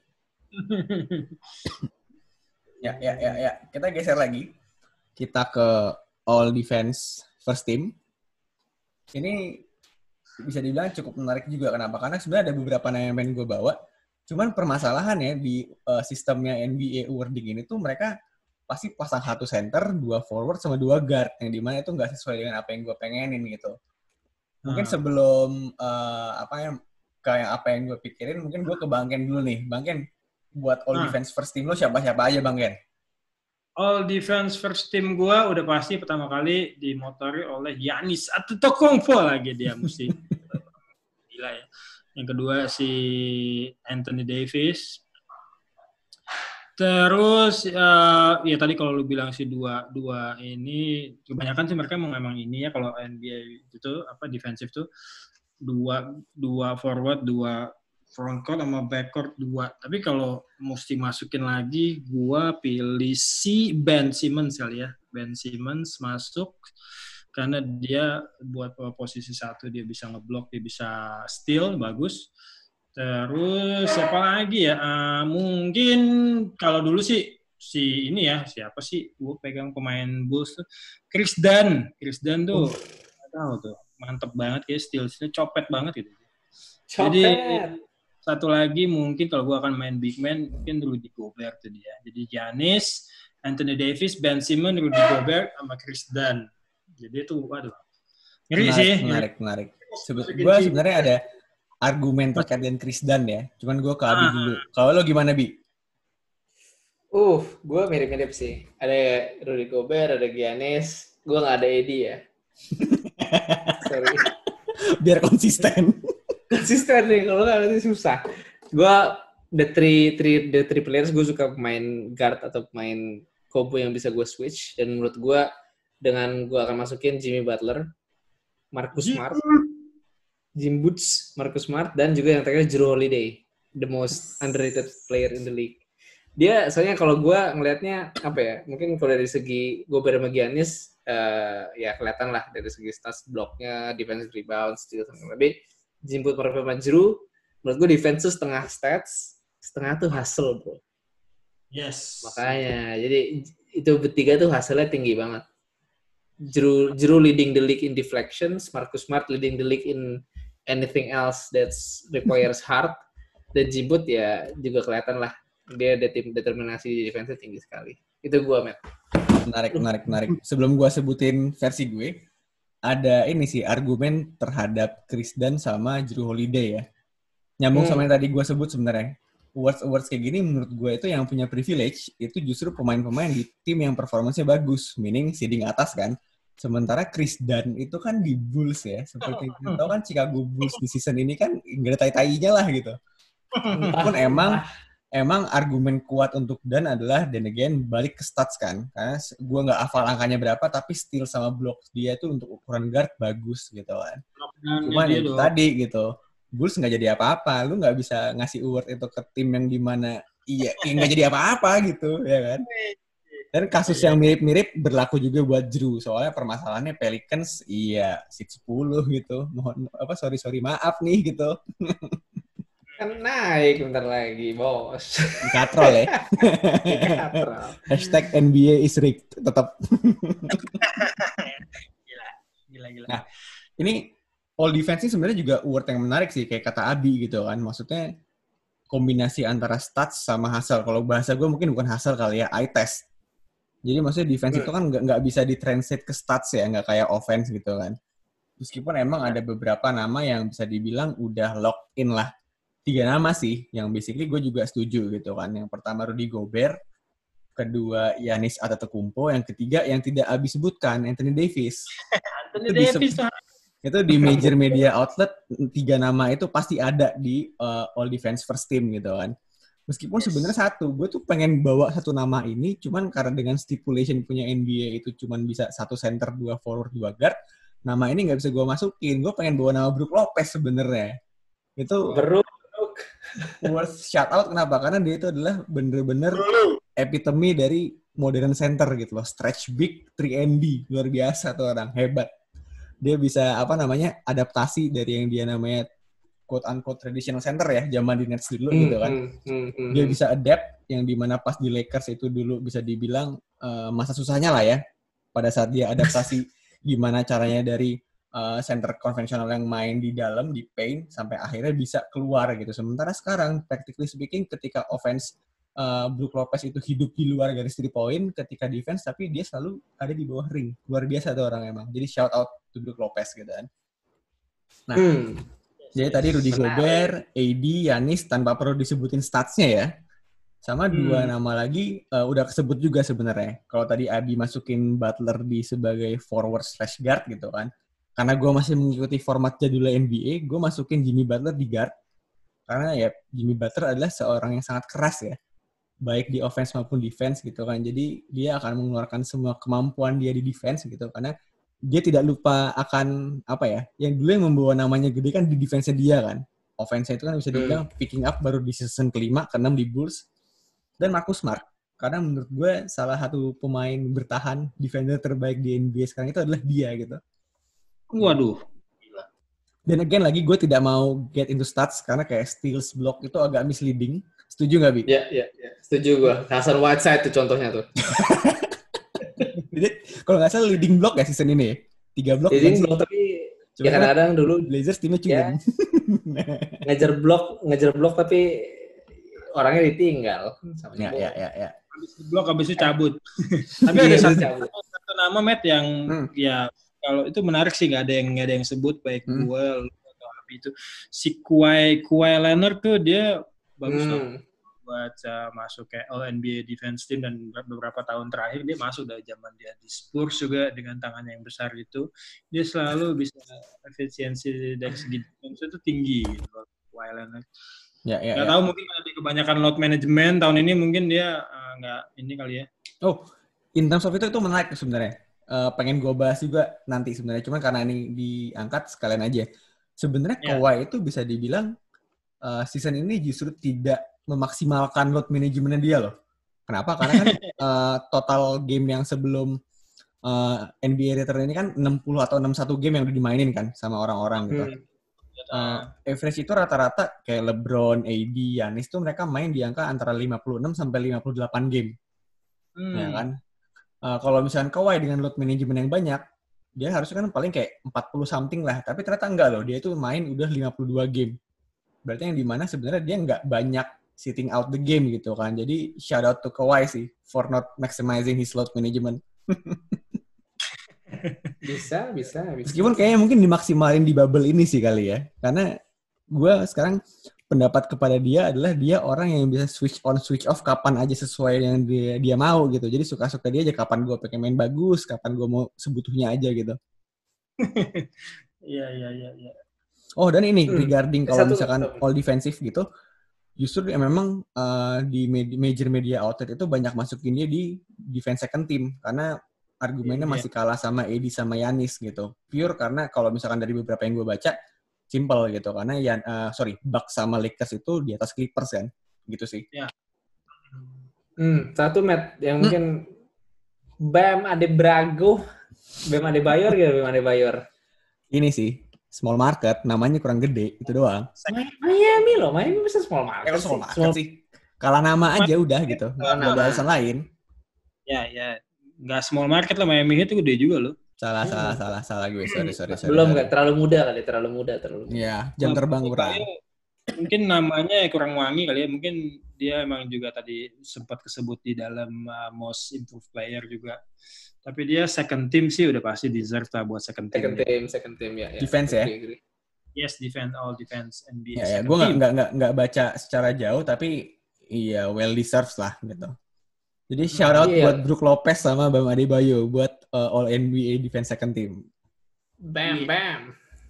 ya, ya, ya, ya. Kita geser lagi. Kita ke all defense first team. Ini bisa dibilang cukup menarik juga. Kenapa? Karena sebenarnya ada beberapa nama yang pengen gue bawa. Cuman permasalahannya di uh, sistemnya N B A awarding ini tuh mereka pasti pasang satu center, dua forward, sama dua guard. Yang dimana itu nggak sesuai dengan apa yang gue pengenin gitu. Mungkin hmm. sebelum uh, apa yang kayak apa yang gue pikirin, mungkin gue ke Bang Ken dulu nih. Bang Ken, buat all hmm. defense first team lo siapa-siapa aja Bang Ken? All defense first team gue udah pasti pertama kali dimotori oleh Giannis Antetokounmpo lagi dia mesti. Gila ya. Yang kedua si Anthony Davis. Terus uh, ya tadi kalau lu bilang sih dua dua ini kebanyakan sih mereka memang ini ya kalau N B A itu apa defensif tuh dua dua forward dua front court sama back court dua. Tapi kalau mesti masukin lagi gua pilih si Ben Simmons kali ya. Ben Simmons masuk karena dia buat posisi satu dia bisa ngeblok, dia bisa steal bagus. Terus siapa lagi ya? Uh, mungkin kalau dulu sih si ini ya siapa sih? Gue pegang pemain Bulls tuh Chris Dunn. Chris Dunn tuh nggak tahu tuh mantep banget kayak steal-steal copet banget gitu. Copet. Jadi satu lagi mungkin kalau gue akan main big man mungkin Rudy Gobert tuh dia. Jadi Giannis, Anthony Davis, Ben Simmons, Rudy Gobert sama Chris Dunn. Jadi itu waduh. Ngeri menarik, sih. Menarik, menarik. Sebe- gue sebenarnya ada argumen terkait dengan Chris Dunn ya. Cuman gue ke Abi dulu. Kalau lo gimana, Bi? Uh, gue mirip-mirip sih. Ada Rudy Gobert, ada Giannis. Gue nggak ada Eddie ya. Sorry. Biar konsisten. Konsisten nih. Kalau nggak nanti susah. Gue the three, three, the three players gue suka pemain guard atau pemain combo yang bisa gue switch. Dan menurut gue dengan gue akan masukin Jimmy Butler, Marcus Smart, Jim Boots, Marcus Smart, dan juga yang terakhir Jrue Holiday, the most underrated player in the league. Dia, soalnya kalau gue ngelihatnya, apa ya, mungkin kalau dari segi Gobert sama Giannis, uh, ya kelihatan lah dari segi stats blocknya, defensive rebound, steal, tapi Jim Boots, Marcus Smart, Jrue, menurut gue defense tuh setengah stats, setengah tuh hustle, bro. Yes. Makanya, jadi itu bertiga tuh hasilnya tinggi banget. Jrue, Jrue leading the league in deflections, Marcus Smart leading the league in anything else that requires heart, dan Jibut ya juga kelihatan lah dia detim, determinasi di defense tinggi sekali. Itu gue, Matt. Menarik, menarik, menarik. Sebelum gue sebutin versi gue, ada ini sih argumen terhadap Chris Dunn sama Jrue Holiday ya. Nyambung hmm. sama yang tadi gue sebut sebenarnya. Awards-awards kayak gini menurut gue itu yang punya privilege itu justru pemain-pemain di tim yang performanya bagus, meaning seeding atas kan. Sementara Chris Dunn itu kan di Bulls ya, seperti kita tahu kan Chicago Bulls di season ini kan nggak ada tai-tainya lah gitu. Pun emang emang argumen kuat untuk Dan adalah then again balik ke stats kan. Karena gue nggak hafal angkanya berapa, tapi steal sama block dia tuh untuk ukuran guard bagus gitu kan. Cuman itu dong. Tadi gitu, Bulls nggak jadi apa-apa. Lu nggak bisa ngasih award itu ke tim yang dimana iya nggak jadi apa-apa gitu, ya kan. Dan kasus yang mirip-mirip berlaku juga buat Jrue. Soalnya permasalahannya Pelicans, iya enam sepuluh gitu. Mohon apa sorry sorry maaf nih gitu. Kan naik bentar lagi, bos. Dikatrol ya. Dikatrol. Hashtag N B A is rigged. Tetap. Gila, gila, gila. Nah, ini all defense ini sebenarnya juga award yang menarik sih. Kayak kata Abi gitu kan. Maksudnya kombinasi antara stats sama hasil. Kalau bahasa gue mungkin bukan hasil kali ya, eye test. Jadi maksudnya defense hmm. itu kan nggak nggak bisa ditranslate ke stats ya. Nggak kayak offense gitu kan. Meskipun emang ada beberapa nama yang bisa dibilang udah lock in lah. Tiga nama sih, yang basically gue juga setuju gitu kan. Yang pertama Rudy Gobert, kedua Giannis Antetokounmpo, yang ketiga yang tidak Abi sebutkan, Anthony Davis. Anthony itu Davis. Di, itu di major media outlet, tiga nama itu pasti ada di uh, All Defense First Team gitu kan. Meskipun yes. sebenarnya satu, gue tuh pengen bawa satu nama ini, cuman karena dengan stipulation punya N B A itu cuman bisa satu center, dua forward, dua guard, nama ini nggak bisa gue masukin. Gue pengen bawa nama Brook Lopez sebenarnya. Itu Beru. worth shout out kenapa? Karena dia itu adalah bener-bener epitome dari modern center gitu loh. Stretch big, three and D. Luar biasa tuh orang. Hebat. Dia bisa, apa namanya, adaptasi dari yang dia namanya quote-unquote traditional center ya. Zaman di Nets dulu gitu kan. Dia bisa adapt yang dimana pas di Lakers itu dulu bisa dibilang uh, masa susahnya lah ya. Pada saat dia adaptasi gimana caranya dari Uh, center konvensional yang main di dalam, di paint, sampai akhirnya bisa keluar gitu. Sementara sekarang, practically speaking, ketika offense uh, Brook Lopez itu hidup di luar garis three point, ketika defense, tapi dia selalu ada di bawah ring. Luar biasa tuh orang emang. Jadi shout out to Brook Lopez gitu kan. Nah, hmm. jadi tadi Rudy Gobert, A D, Giannis, tanpa perlu disebutin statsnya ya. Sama dua hmm. nama lagi, uh, udah kesebut juga sebenarnya. Kalau tadi Abi masukin Butler di sebagai forward slash guard gitu kan. Karena gue masih mengikuti format jadulnya N B A, gue masukin Jimmy Butler di guard. Karena ya Jimmy Butler adalah seorang yang sangat keras ya. Baik di offense maupun defense gitu kan. Jadi dia akan mengeluarkan semua kemampuan dia di defense gitu. Karena dia tidak lupa akan, apa ya, yang dulu yang membawa namanya gede kan di defense-nya dia kan. Offense-nya itu kan bisa dibilang picking up baru di season kelima, keenam di Bulls. Dan Marcus Smart. Karena menurut gue salah satu pemain bertahan, defender terbaik di N B A sekarang itu adalah dia gitu. Waduh. Gila. Dan again lagi gue tidak mau get into stats karena kayak steals block itu agak misleading. Setuju nggak, Bi? Iya, iya, iya. Setuju gue. Hassan Whiteside tuh contohnya tuh. Jadi kalau nggak salah leading block ya season ini ya? Tiga block. Leading block tapi ya kadang-kadang dulu Blazers timnya cuma. Ya, ngejar blok, ngejar blok tapi orangnya ditinggal. Sama ya, ya, ya, ya. Habis blok habis itu cabut. Tapi ada satu, satu nama Matt yang hmm. ya kalau itu menarik sih, nggak ada yang nggak ada yang sebut baik hmm. gue atau Abi itu si Kawhi Kawhi Leonard tuh dia bagus hmm. dong buat uh, masuk kayak All N B A Defense Team, dan beberapa tahun terakhir dia masuk dari zaman dia di Spurs juga dengan tangannya yang besar itu, dia selalu bisa efisiensi dari segi defense itu tinggi gitu Kawhi Leonard. Ya, ya, nggak ya. tahu mungkin ada kebanyakan load management tahun ini, mungkin dia uh, nggak ini kali ya. Oh, in terms of itu itu menarik sebenarnya. Uh, pengen gue bahas juga nanti sebenarnya, cuma karena ini diangkat sekalian aja. Sebenarnya yeah. Kawhi itu bisa dibilang uh, season ini justru tidak memaksimalkan load manajemennya dia loh. Kenapa? Karena kan uh, total game yang sebelum uh, N B A return ini kan enam puluh atau enam puluh satu game yang udah dimainin kan sama orang-orang gitu. Hmm. Uh, average itu rata-rata kayak LeBron, A D, Giannis tuh mereka main di angka antara lima puluh enam sampai lima puluh delapan game. Hmm. Ya kan? Uh, kalau misalnya Kawhi dengan load management yang banyak, dia harusnya kan paling kayak empat puluh something lah. Tapi ternyata enggak loh. Dia itu main udah lima puluh dua game. Berarti yang dimana sebenarnya dia nggak banyak sitting out the game gitu kan. Jadi shout out to Kawhi sih for not maximizing his load management. bisa, bisa, bisa. Meskipun kayaknya mungkin dimaksimalin di bubble ini sih kali ya. Karena gue sekarang pendapat kepada dia adalah dia orang yang bisa switch on, switch off kapan aja sesuai yang dia dia mau gitu. Jadi suka-suka dia aja kapan gue pengen main bagus, kapan gue mau sebutuhnya aja gitu. Iya, iya, iya. Ya. Oh, dan ini hmm. regarding kalau misalkan satu. all defensive gitu, justru ya memang uh, di med- major media outlet itu banyak masukin dia di defense second team karena argumennya masih kalah sama A D sama Giannis gitu. Pure karena kalau misalkan dari beberapa yang gue baca simple gitu karena ya uh, sorry Bucks sama Lakers itu di atas Clippers kan gitu sih. Ya. Hmm, satu Matt yang hmm. mungkin Bam Adebayo, Bam Adebayor gitu, Bam Adebayor. Ini sih small market, namanya kurang gede, itu doang. Miami loh, Miami bisa small market. Eh, small market small... sih. Kalah nama aja udah gitu, nggak ada alasan lain. Ya, ya. Nggak small market lah, Miami itu gede juga loh. Salah, hmm. salah, salah, salah gue, sorry, sorry, sorry. Belum nggak, terlalu muda kali, terlalu muda, terlalu muda. Iya, jam nah, terbang kurang. Mungkin namanya kurang wangi kali ya, mungkin dia emang juga tadi sempat kesebut di dalam uh, most improved player juga. Tapi dia second team sih udah pasti deserve lah buat second team. Second team, second team ya. ya. Defense ya? Agree, agree. Yes, defense, all defense N B A. Ya, ya. Gue nggak nggak nggak nggak baca secara jauh, tapi iya well deserved lah gitu. Jadi shout out yeah. buat Brook Lopez sama Bam Adebayo buat uh, all N B A defense second team. Bam bam.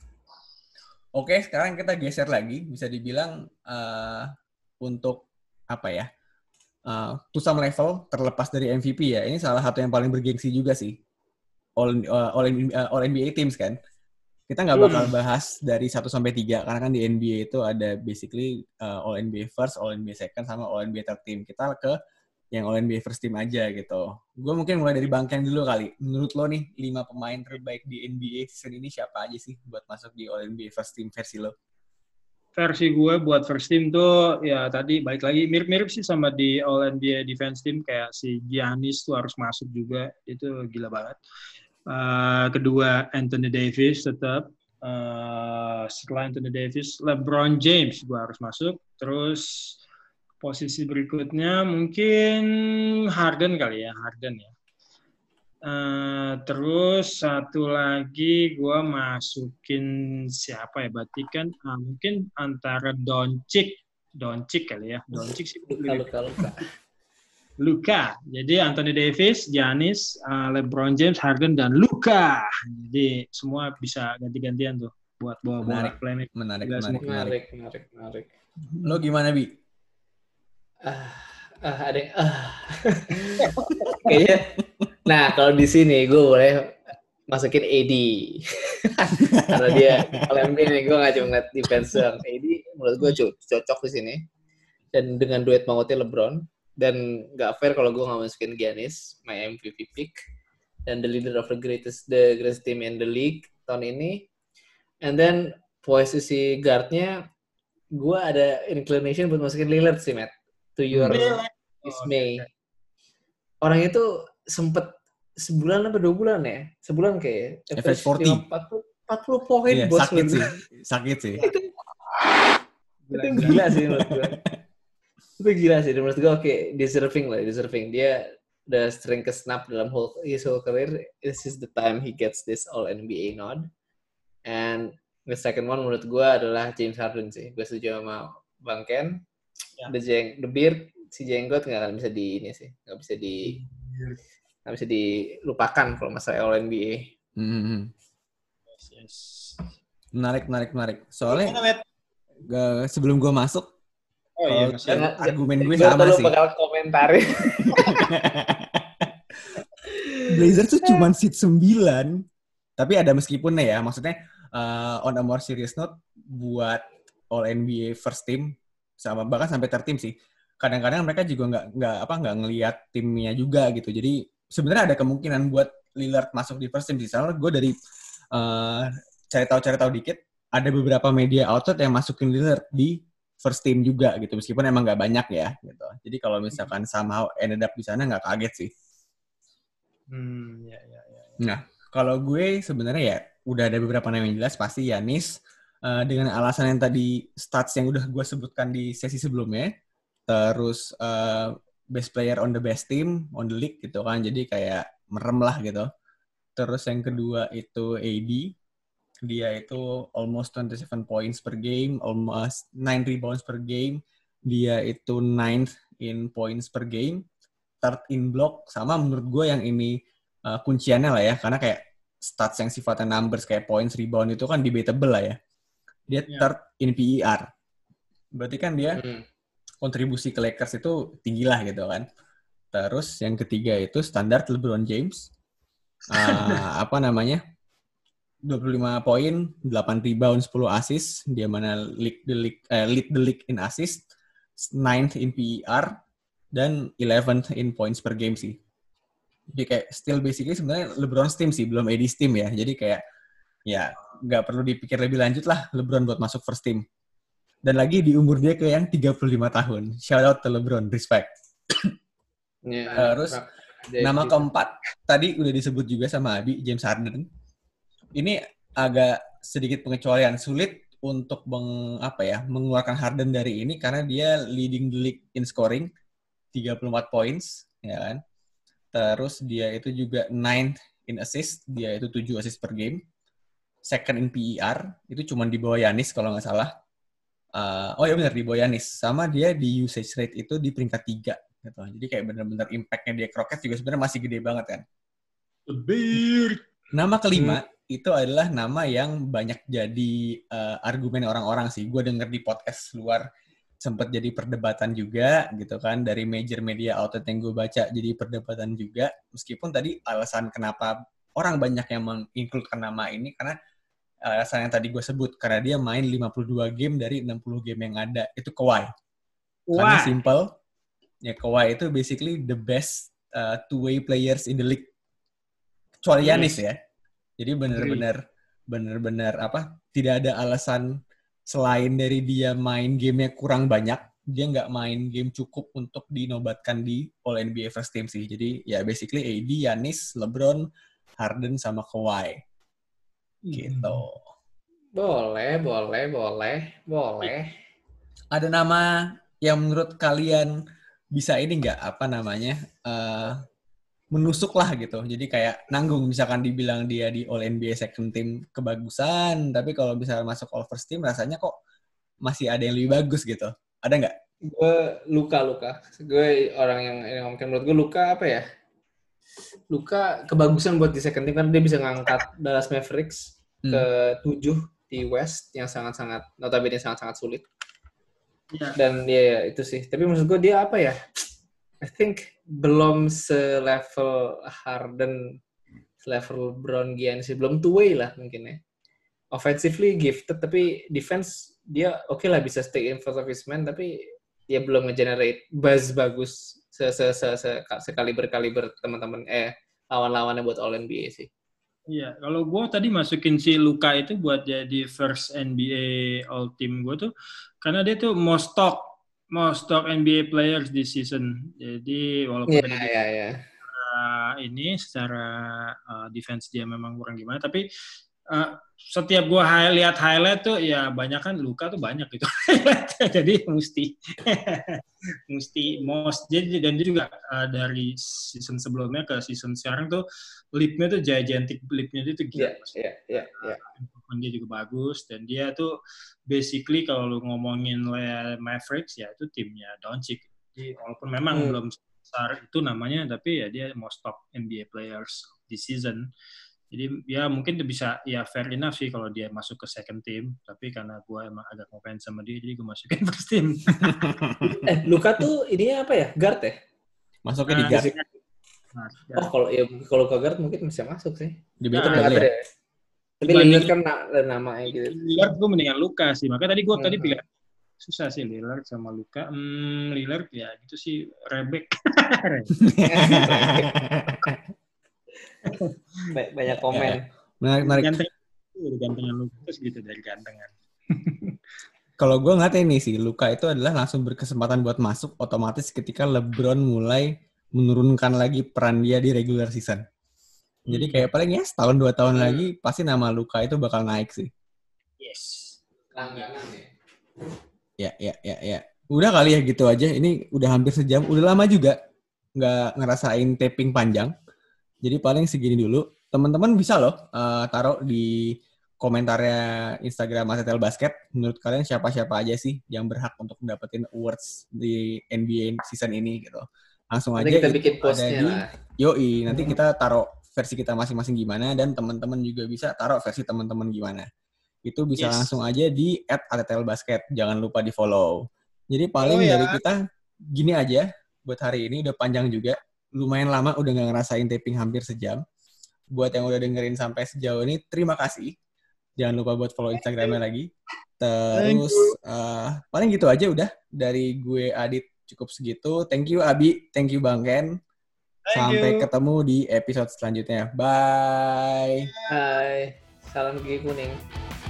Oke, sekarang kita geser lagi, bisa dibilang uh, untuk apa ya? Uh, to some level terlepas dari M V P ya, ini salah satu yang paling bergengsi juga sih. All uh, all, uh, all N B A teams kan. Kita nggak bakal bahas dari satu sampai tiga karena kan di N B A itu ada basically uh, all N B A first, all N B A second sama all N B A third team. Kita ke yang all N B A first team aja gitu. Gue mungkin mulai dari Bangken dulu kali. Menurut lo nih lima pemain terbaik di N B A season ini siapa aja sih buat masuk di all N B A first team versi lo? Versi gue buat first team tuh ya tadi balik lagi mirip-mirip sih sama di All N B A defense team kayak si Giannis tuh harus masuk juga, itu gila banget. Uh, kedua Anthony Davis tetap, uh, setelah Anthony Davis LeBron James gue harus masuk. Terus posisi berikutnya mungkin Harden kali ya, Harden ya. Uh, terus satu lagi gue masukin siapa ya? Berarti kan uh, mungkin antara Doncic, Doncic kali ya. Doncic sih. Luka, luka, luka. Luka. Jadi Anthony Davis, Giannis, uh, LeBron James, Harden dan Luka. Jadi semua bisa ganti-gantian tuh buat bawa-bawa planet. Menarik, menarik, menarik, menarik, menarik, menarik. Lo gimana, Bi? Ah, ah, ada ah. Kayaknya. Nah, kalau di sini gue boleh masukin A D. Karena dia kalau N B A gue nggak cuma ngeliat defense doang. A D menurut gue cocok di sini. Dan dengan duet mautnya LeBron. Dan nggak fair kalau gue nggak masukin Giannis, my M V P pick. Dan the leader of the greatest the greatest team in the league tahun ini. And then posisi guardnya gue ada inclination buat masukin Lillard sih, Matt. To your dismay. Orang itu sempet sebulan atau dua bulan ya? Sebulan kayak average empat puluh. empat puluh poin iya, bos. Sakit sih. Sakit sih. itu, itu gila sih menurut gue. Itu gila sih. Menurut gue oke, okay, deserving lah. Deserving. Dia udah sering ke snap dalam whole, his whole career. This is the time he gets this all N B A nod. And the second one menurut gue adalah James Harden sih. Gue setuju sama Bang Ken. Ya. The, jeng, the beard, si jenggot nggak akan bisa di ini sih. Nggak bisa di... nggak bisa dilupakan kalau masalah All N B A. Mm-hmm. Yes, yes. Menarik, menarik, menarik. Soalnya gak, sebelum gue masuk, oh, iya, uh, argumen gue sama sih. Gue bakal komentarin. Blazers tuh cuma seat sembilan, tapi ada meskipun ya, maksudnya uh, on a more serious note, buat All N B A first team, sama bahkan sampai third team sih. Kadang-kadang mereka juga nggak nggak apa nggak ngelihat timnya juga gitu. Jadi sebenarnya ada kemungkinan buat Lillard masuk di first team sih. Soalnya gue dari uh, cari tahu cari tahu dikit, ada beberapa media outlet yang masukin Lillard di first team juga gitu. Meskipun emang nggak banyak ya gitu. Jadi kalau misalkan somehow ended up di sana nggak kaget sih. Hmm, ya, ya, ya. Nah, kalau gue sebenarnya ya udah ada beberapa nama yang jelas pasti Giannis uh, dengan alasan yang tadi stats yang udah gue sebutkan di sesi sebelumnya. Terus uh, best player on the best team on the league gitu kan, jadi kayak merem lah gitu. Terus yang kedua itu A D, dia itu almost twenty-seven points per game, almost nine rebounds per game, dia itu ninth in points per game, third in block, sama menurut gue yang ini uh, kunciannya lah ya, karena kayak stats yang sifatnya numbers kayak points, rebound itu kan debatable lah ya. Dia third in P E R, berarti kan dia hmm. kontribusi ke Lakers itu tinggi lah gitu kan. Terus yang ketiga itu standar LeBron James. Uh, apa namanya? dua puluh lima poin, delapan rebound, sepuluh assist. Dia mana lead the league, uh, lead the league in assist, ninth in P E R, dan eleventh in points per game sih. Jadi kayak still basically sebenarnya LeBron's team sih, belum A D's team ya. Jadi kayak ya nggak perlu dipikir lebih lanjut lah LeBron buat masuk first team. Dan lagi di umur dia ke yang tiga puluh lima tahun. Shout out to LeBron, respect. Yeah, Terus nama keempat tadi udah disebut juga sama Abi, James Harden. Ini agak sedikit pengecualian, sulit untuk meng, apa ya, mengeluarkan Harden dari ini karena dia leading the league in scoring tiga puluh empat points, ya kan. Terus dia itu juga ninth in assist, dia itu tujuh assist per game. Second in P E R, itu cuma di bawah Giannis kalau nggak salah. Uh, oh ya benar, di bawah Giannis. Sama dia di usage rate itu di peringkat tiga. Gitu. Jadi kayak benar-benar impact-nya dia ke Rockets juga sebenarnya masih gede banget kan. Lebih. Nama kelima, hmm. itu adalah nama yang banyak jadi uh, argumen orang-orang sih. Gue denger di podcast luar sempat jadi perdebatan juga gitu kan. Dari major media outlet yang gue baca jadi perdebatan juga. Meskipun tadi alasan kenapa orang banyak yang mengincludekan nama ini karena alasan yang tadi gue sebut. Karena dia main lima puluh dua game dari enam puluh game yang ada. Itu Kawhi. Karena simple. Ya Kawhi itu basically the best uh, two-way players in the league. Kecuali Giannis ya. Jadi benar-benar benar-benar apa? Tidak ada alasan selain dari dia main gamenya kurang banyak, dia nggak main game cukup untuk dinobatkan di All N B A First Team sih. Jadi ya basically A D, Giannis, LeBron, Harden sama Kawhi. Gitu. Boleh, boleh, boleh, boleh. Ada nama yang menurut kalian bisa ini nggak apa namanya? Uh, menusuk lah gitu. Jadi kayak nanggung misalkan dibilang dia di All N B A Second Team kebagusan, tapi kalau bisa masuk All First Team rasanya kok masih ada yang lebih bagus gitu. Ada nggak? Gue Luka-Luka. Gue orang yang, yang mungkin menurut gue Luka apa ya? Luka kebagusan buat di Second Team kan dia bisa ngangkat Dallas Mavericks hmm. ke tujuh di West yang sangat-sangat notabene sangat-sangat sulit. Ya. Dan ya, ya itu sih. Tapi maksud gue dia apa ya? I think belum se-level Harden, se-level LeBron, Giannis, belum two-way lah mungkin ya. Offensively gifted, tapi defense dia oke okay lah bisa stay in front of his man, tapi dia belum nge-generate buzz bagus sekaliber-kaliber teman-teman eh lawan-lawannya buat All N B A sih. Iya, kalau gue tadi masukin si Luka itu buat jadi first N B A All Team gue tuh, karena dia tuh most talk most top N B A players this season. Jadi walaupun yeah, dia yeah, yeah. Uh, ini secara uh, defense dia memang kurang gimana, tapi uh, setiap gue hi- lihat highlight tuh ya banyak kan Luka tuh banyak gitu. Jadi mesti mesti most jadi dan dia juga uh, dari season sebelumnya ke season sekarang tuh leap-nya tuh gigantic leap-nya itu gila. Iya, iya, iya. Dia juga bagus dan dia tuh basically kalau lu ngomongin Mavericks ya itu timnya Doncic. Jadi walaupun memang hmm. belum besar itu namanya tapi ya dia most top N B A players this season. Jadi ya mungkin dia bisa ya fair enough sih kalau dia masuk ke second team, tapi karena gue emang agak ngefans sama dia jadi gue masukin first team. eh Luka tuh ininya apa ya? Guard ya? Masuknya di guard. Nah, oh kalau ya kalau ke guard mungkin bisa masuk sih. Di bawah nah, ya. Tapi Lillard kan namanya gitu. Lillard gue mendingan Luka sih. Makanya tadi gue hmm. tadi pilih susah sih Lillard sama Luka. Hmm, Lillard ya gitu sih rebek. Banyak komen. Menarik, menarik. Ganteng, gantengan Luka terus gitu dari gantengan. Kalau gue ngeliat ini sih, Luka itu adalah langsung berkesempatan buat masuk otomatis ketika LeBron mulai menurunkan lagi peran dia di regular season. Jadi kayak paling ya setahun dua tahun hmm. lagi pasti nama Luka itu bakal naik sih. Yes. Langganan ya. Ya, ya, ya, ya. Udah kali ya gitu aja. Ini udah hampir sejam. Udah lama juga nggak ngerasain taping panjang. Jadi paling segini dulu. Teman-teman bisa loh uh, taruh di komentarnya Instagram A T T L Basket. Menurut kalian siapa-siapa aja sih yang berhak untuk mendapatkan awards di N B A season ini gitu. Langsung aja nanti kita bikin postnya di, yoi, nanti kita taruh versi kita masing-masing gimana dan teman-teman juga bisa taruh versi teman-teman gimana. Itu bisa yes. langsung aja di at A T T L Basket. Jangan lupa di follow. Jadi paling Oh, ya. dari kita gini aja buat hari ini, udah panjang juga. Lumayan lama udah gak ngerasain taping hampir sejam. Buat yang udah dengerin sampai sejauh ini, terima kasih. Jangan lupa buat follow Instagramnya lagi. Terus uh, paling gitu aja udah. Dari gue Adit cukup segitu. Thank you Abi, thank you Bang Ken. Sampai ketemu di episode selanjutnya. Bye. Hai, salam gigi kuning.